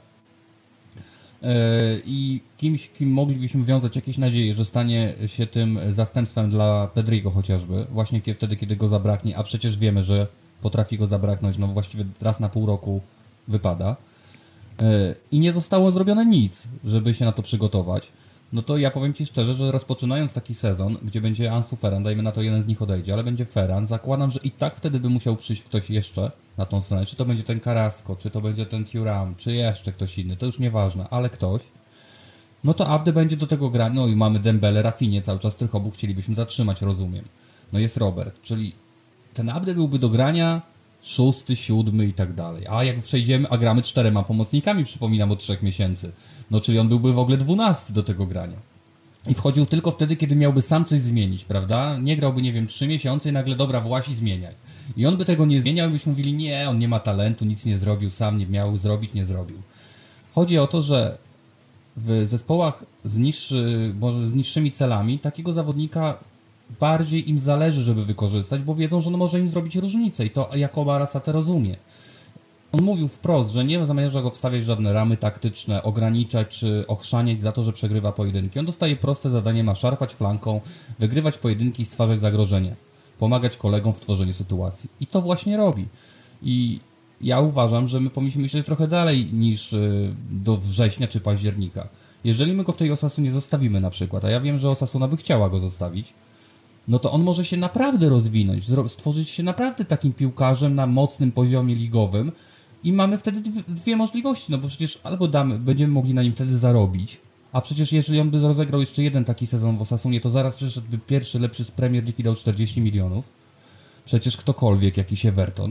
i kimś, kim moglibyśmy wiązać jakieś nadzieje, że stanie się tym zastępstwem dla Pedriego chociażby, właśnie wtedy, kiedy go zabraknie, a przecież wiemy, że potrafi go zabraknąć, no właściwie raz na pół roku wypada. I nie zostało zrobione nic, żeby się na to przygotować. No to ja powiem Ci szczerze, że rozpoczynając taki sezon, gdzie będzie Ansu Ferran, dajmy na to jeden z nich odejdzie, ale będzie Ferran, zakładam, że i tak wtedy by musiał przyjść ktoś jeszcze na tą stronę, czy to będzie ten Carrasco, czy to będzie ten Thuram, czy jeszcze ktoś inny, to już nieważne, ale ktoś, no to Abde będzie do tego grać, no i mamy Dembele, Rafinha cały czas, których obu chcielibyśmy zatrzymać, rozumiem. No jest Robert, czyli ten Abde byłby do grania szósty, siódmy i tak dalej, a jak przejdziemy, a gramy czterema pomocnikami, przypominam, od trzech miesięcy, no czyli on byłby w ogóle dwunasty do tego grania. I wchodził tylko wtedy, kiedy miałby sam coś zmienić, prawda? Nie grałby, nie wiem, trzy miesiące i nagle dobra, właśnie zmieniaj. I on by tego nie zmieniał i byśmy mówili, nie, on nie ma talentu, nic nie zrobił, sam nie miał zrobić, nie zrobił. Chodzi o to, że w zespołach z, niższy, może z niższymi celami takiego zawodnika bardziej im zależy, żeby wykorzystać, bo wiedzą, że on może im zrobić różnicę i to Jacoba Arrasate rozumie. On mówił wprost, że nie zamierza go wstawiać w żadne ramy taktyczne, ograniczać czy ochrzaniać za to, że przegrywa pojedynki. On dostaje proste zadanie, ma szarpać flanką, wygrywać pojedynki i stwarzać zagrożenie. Pomagać kolegom w tworzeniu sytuacji. I to właśnie robi. I ja uważam, że my powinniśmy myśleć trochę dalej niż do września czy października. Jeżeli my go w tej Osasunie zostawimy na przykład, a ja wiem, że Osasuna by chciała go zostawić, no to on może się naprawdę rozwinąć, stworzyć się naprawdę takim piłkarzem na mocnym poziomie ligowym i mamy wtedy dwie możliwości, no bo przecież albo damy, będziemy mogli na nim wtedy zarobić, a przecież jeżeli on by rozegrał jeszcze jeden taki sezon w Osasunie, to zaraz przyszedłby pierwszy lepszy z Premier League i dał czterdzieści milionów. Przecież ktokolwiek, jakiś Everton.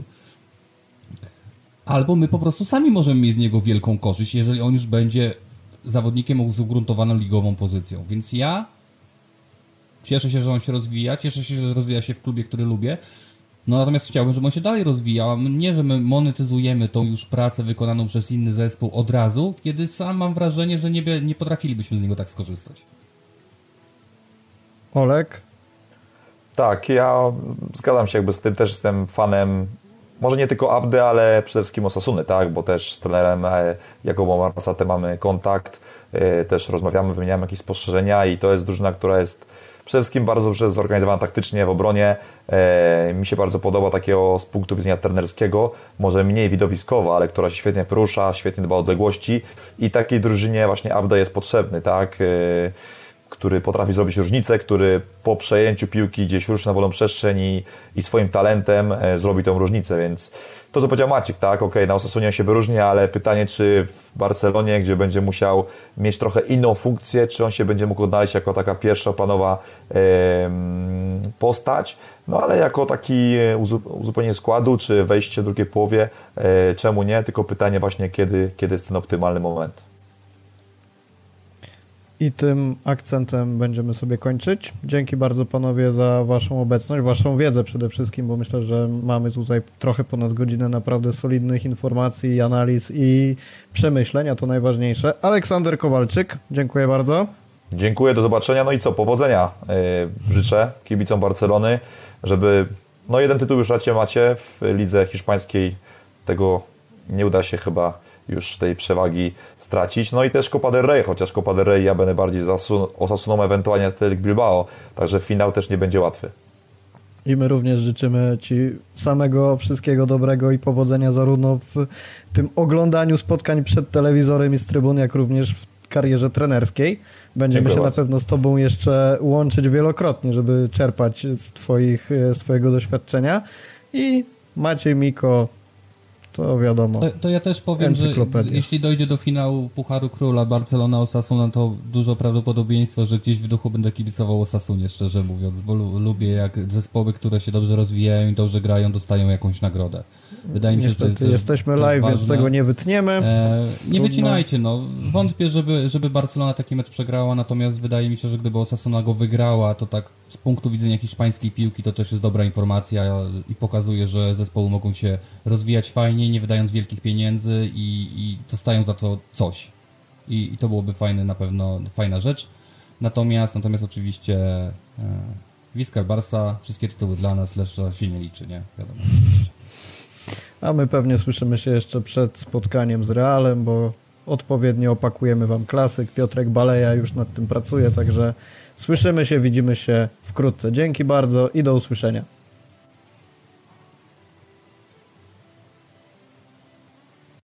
Albo my po prostu sami możemy mieć z niego wielką korzyść, jeżeli on już będzie zawodnikiem z ugruntowaną ligową pozycją. Więc ja cieszę się, że on się rozwija, cieszę się, że rozwija się w klubie, który lubię. No natomiast chciałbym, żeby on się dalej rozwijał. Nie, że my monetyzujemy tą już pracę wykonaną przez inny zespół od razu, kiedy sam mam wrażenie, że nie, nie potrafilibyśmy z niego tak skorzystać. Olek? Tak, ja zgadzam się jakby z tym, też jestem fanem, może nie tylko Abdy, ale przede wszystkim Osasuny, tak, bo też z trenerem Jakubem Arsatem mamy kontakt, też rozmawiamy, wymieniamy jakieś spostrzeżenia i to jest drużyna, która jest przede wszystkim bardzo dobrze zorganizowana taktycznie w obronie. E, mi się bardzo podoba takiego z punktu widzenia trenerskiego, może mniej widowiskowa, ale która się świetnie porusza, świetnie dba o odległości i takiej drużynie właśnie Abda jest potrzebny, tak, e, który potrafi zrobić różnicę, który po przejęciu piłki gdzieś ruszy na wolną przestrzeń i, i swoim talentem e, zrobi tą różnicę, więc to, co powiedział Maciek, tak, okej, okay, na Osasunie się wyróżnia, ale pytanie, czy w Barcelonie, gdzie będzie musiał mieć trochę inną funkcję, czy on się będzie mógł odnaleźć jako taka pierwszoplanowa e, postać, no ale jako taki uzupełnienie składu, czy wejście w drugiej połowie, e, czemu nie, tylko pytanie właśnie, kiedy, kiedy jest ten optymalny moment. I tym akcentem będziemy sobie kończyć. Dzięki bardzo panowie za waszą obecność, waszą wiedzę przede wszystkim, bo myślę, że mamy tutaj trochę ponad godzinę naprawdę solidnych informacji, analiz i przemyśleń, a to najważniejsze. Aleksander Kowalczyk, dziękuję bardzo. Dziękuję, do zobaczenia. No i co, powodzenia yy, życzę kibicom Barcelony, żeby, no jeden tytuł już raczej macie w lidze hiszpańskiej, tego nie uda się chyba już tej przewagi stracić. No i też Copa del Rey, chociaż Copa del Rey ja będę bardziej za Osasuną, ewentualnie Athletic Bilbao, także finał też nie będzie łatwy. I my również życzymy Ci samego wszystkiego dobrego i powodzenia zarówno w tym oglądaniu spotkań przed telewizorem i z trybun, jak również w karierze trenerskiej. Będziemy Dziękuję się bardzo. Na pewno z Tobą jeszcze łączyć wielokrotnie, żeby czerpać z, twoich, z Twojego doświadczenia. I Maciej, Miko, to wiadomo. To, to ja też powiem, że jeśli dojdzie do finału Pucharu Króla Barcelona-Osasuna, to dużo prawdopodobieństwo, że gdzieś w duchu będę kibicował Osasunie, szczerze mówiąc, bo lubię jak zespoły, które się dobrze rozwijają i dobrze grają, dostają jakąś nagrodę. Wydaje mi się, Niestety, że to jest jesteśmy live, ważne. Więc tego nie wytniemy. E, nie wycinajcie, no. Wątpię, żeby, żeby Barcelona taki mecz przegrała, natomiast wydaje mi się, że gdyby Osasuna go wygrała, to tak z punktu widzenia hiszpańskiej piłki to też jest dobra informacja i pokazuje, że zespoły mogą się rozwijać fajnie, nie wydając wielkich pieniędzy i, i dostają za to coś. I, i to byłoby fajne, na pewno fajna rzecz. Natomiast, natomiast oczywiście e, Wiskar Barsa, wszystkie tytuły dla nas, Leszcza się nie liczy, nie? Wiadomo. A my pewnie słyszymy się jeszcze przed spotkaniem z Realem, bo odpowiednio opakujemy Wam klasyk. Piotrek Baleja już nad tym pracuje, także słyszymy się, widzimy się wkrótce. Dzięki bardzo i do usłyszenia.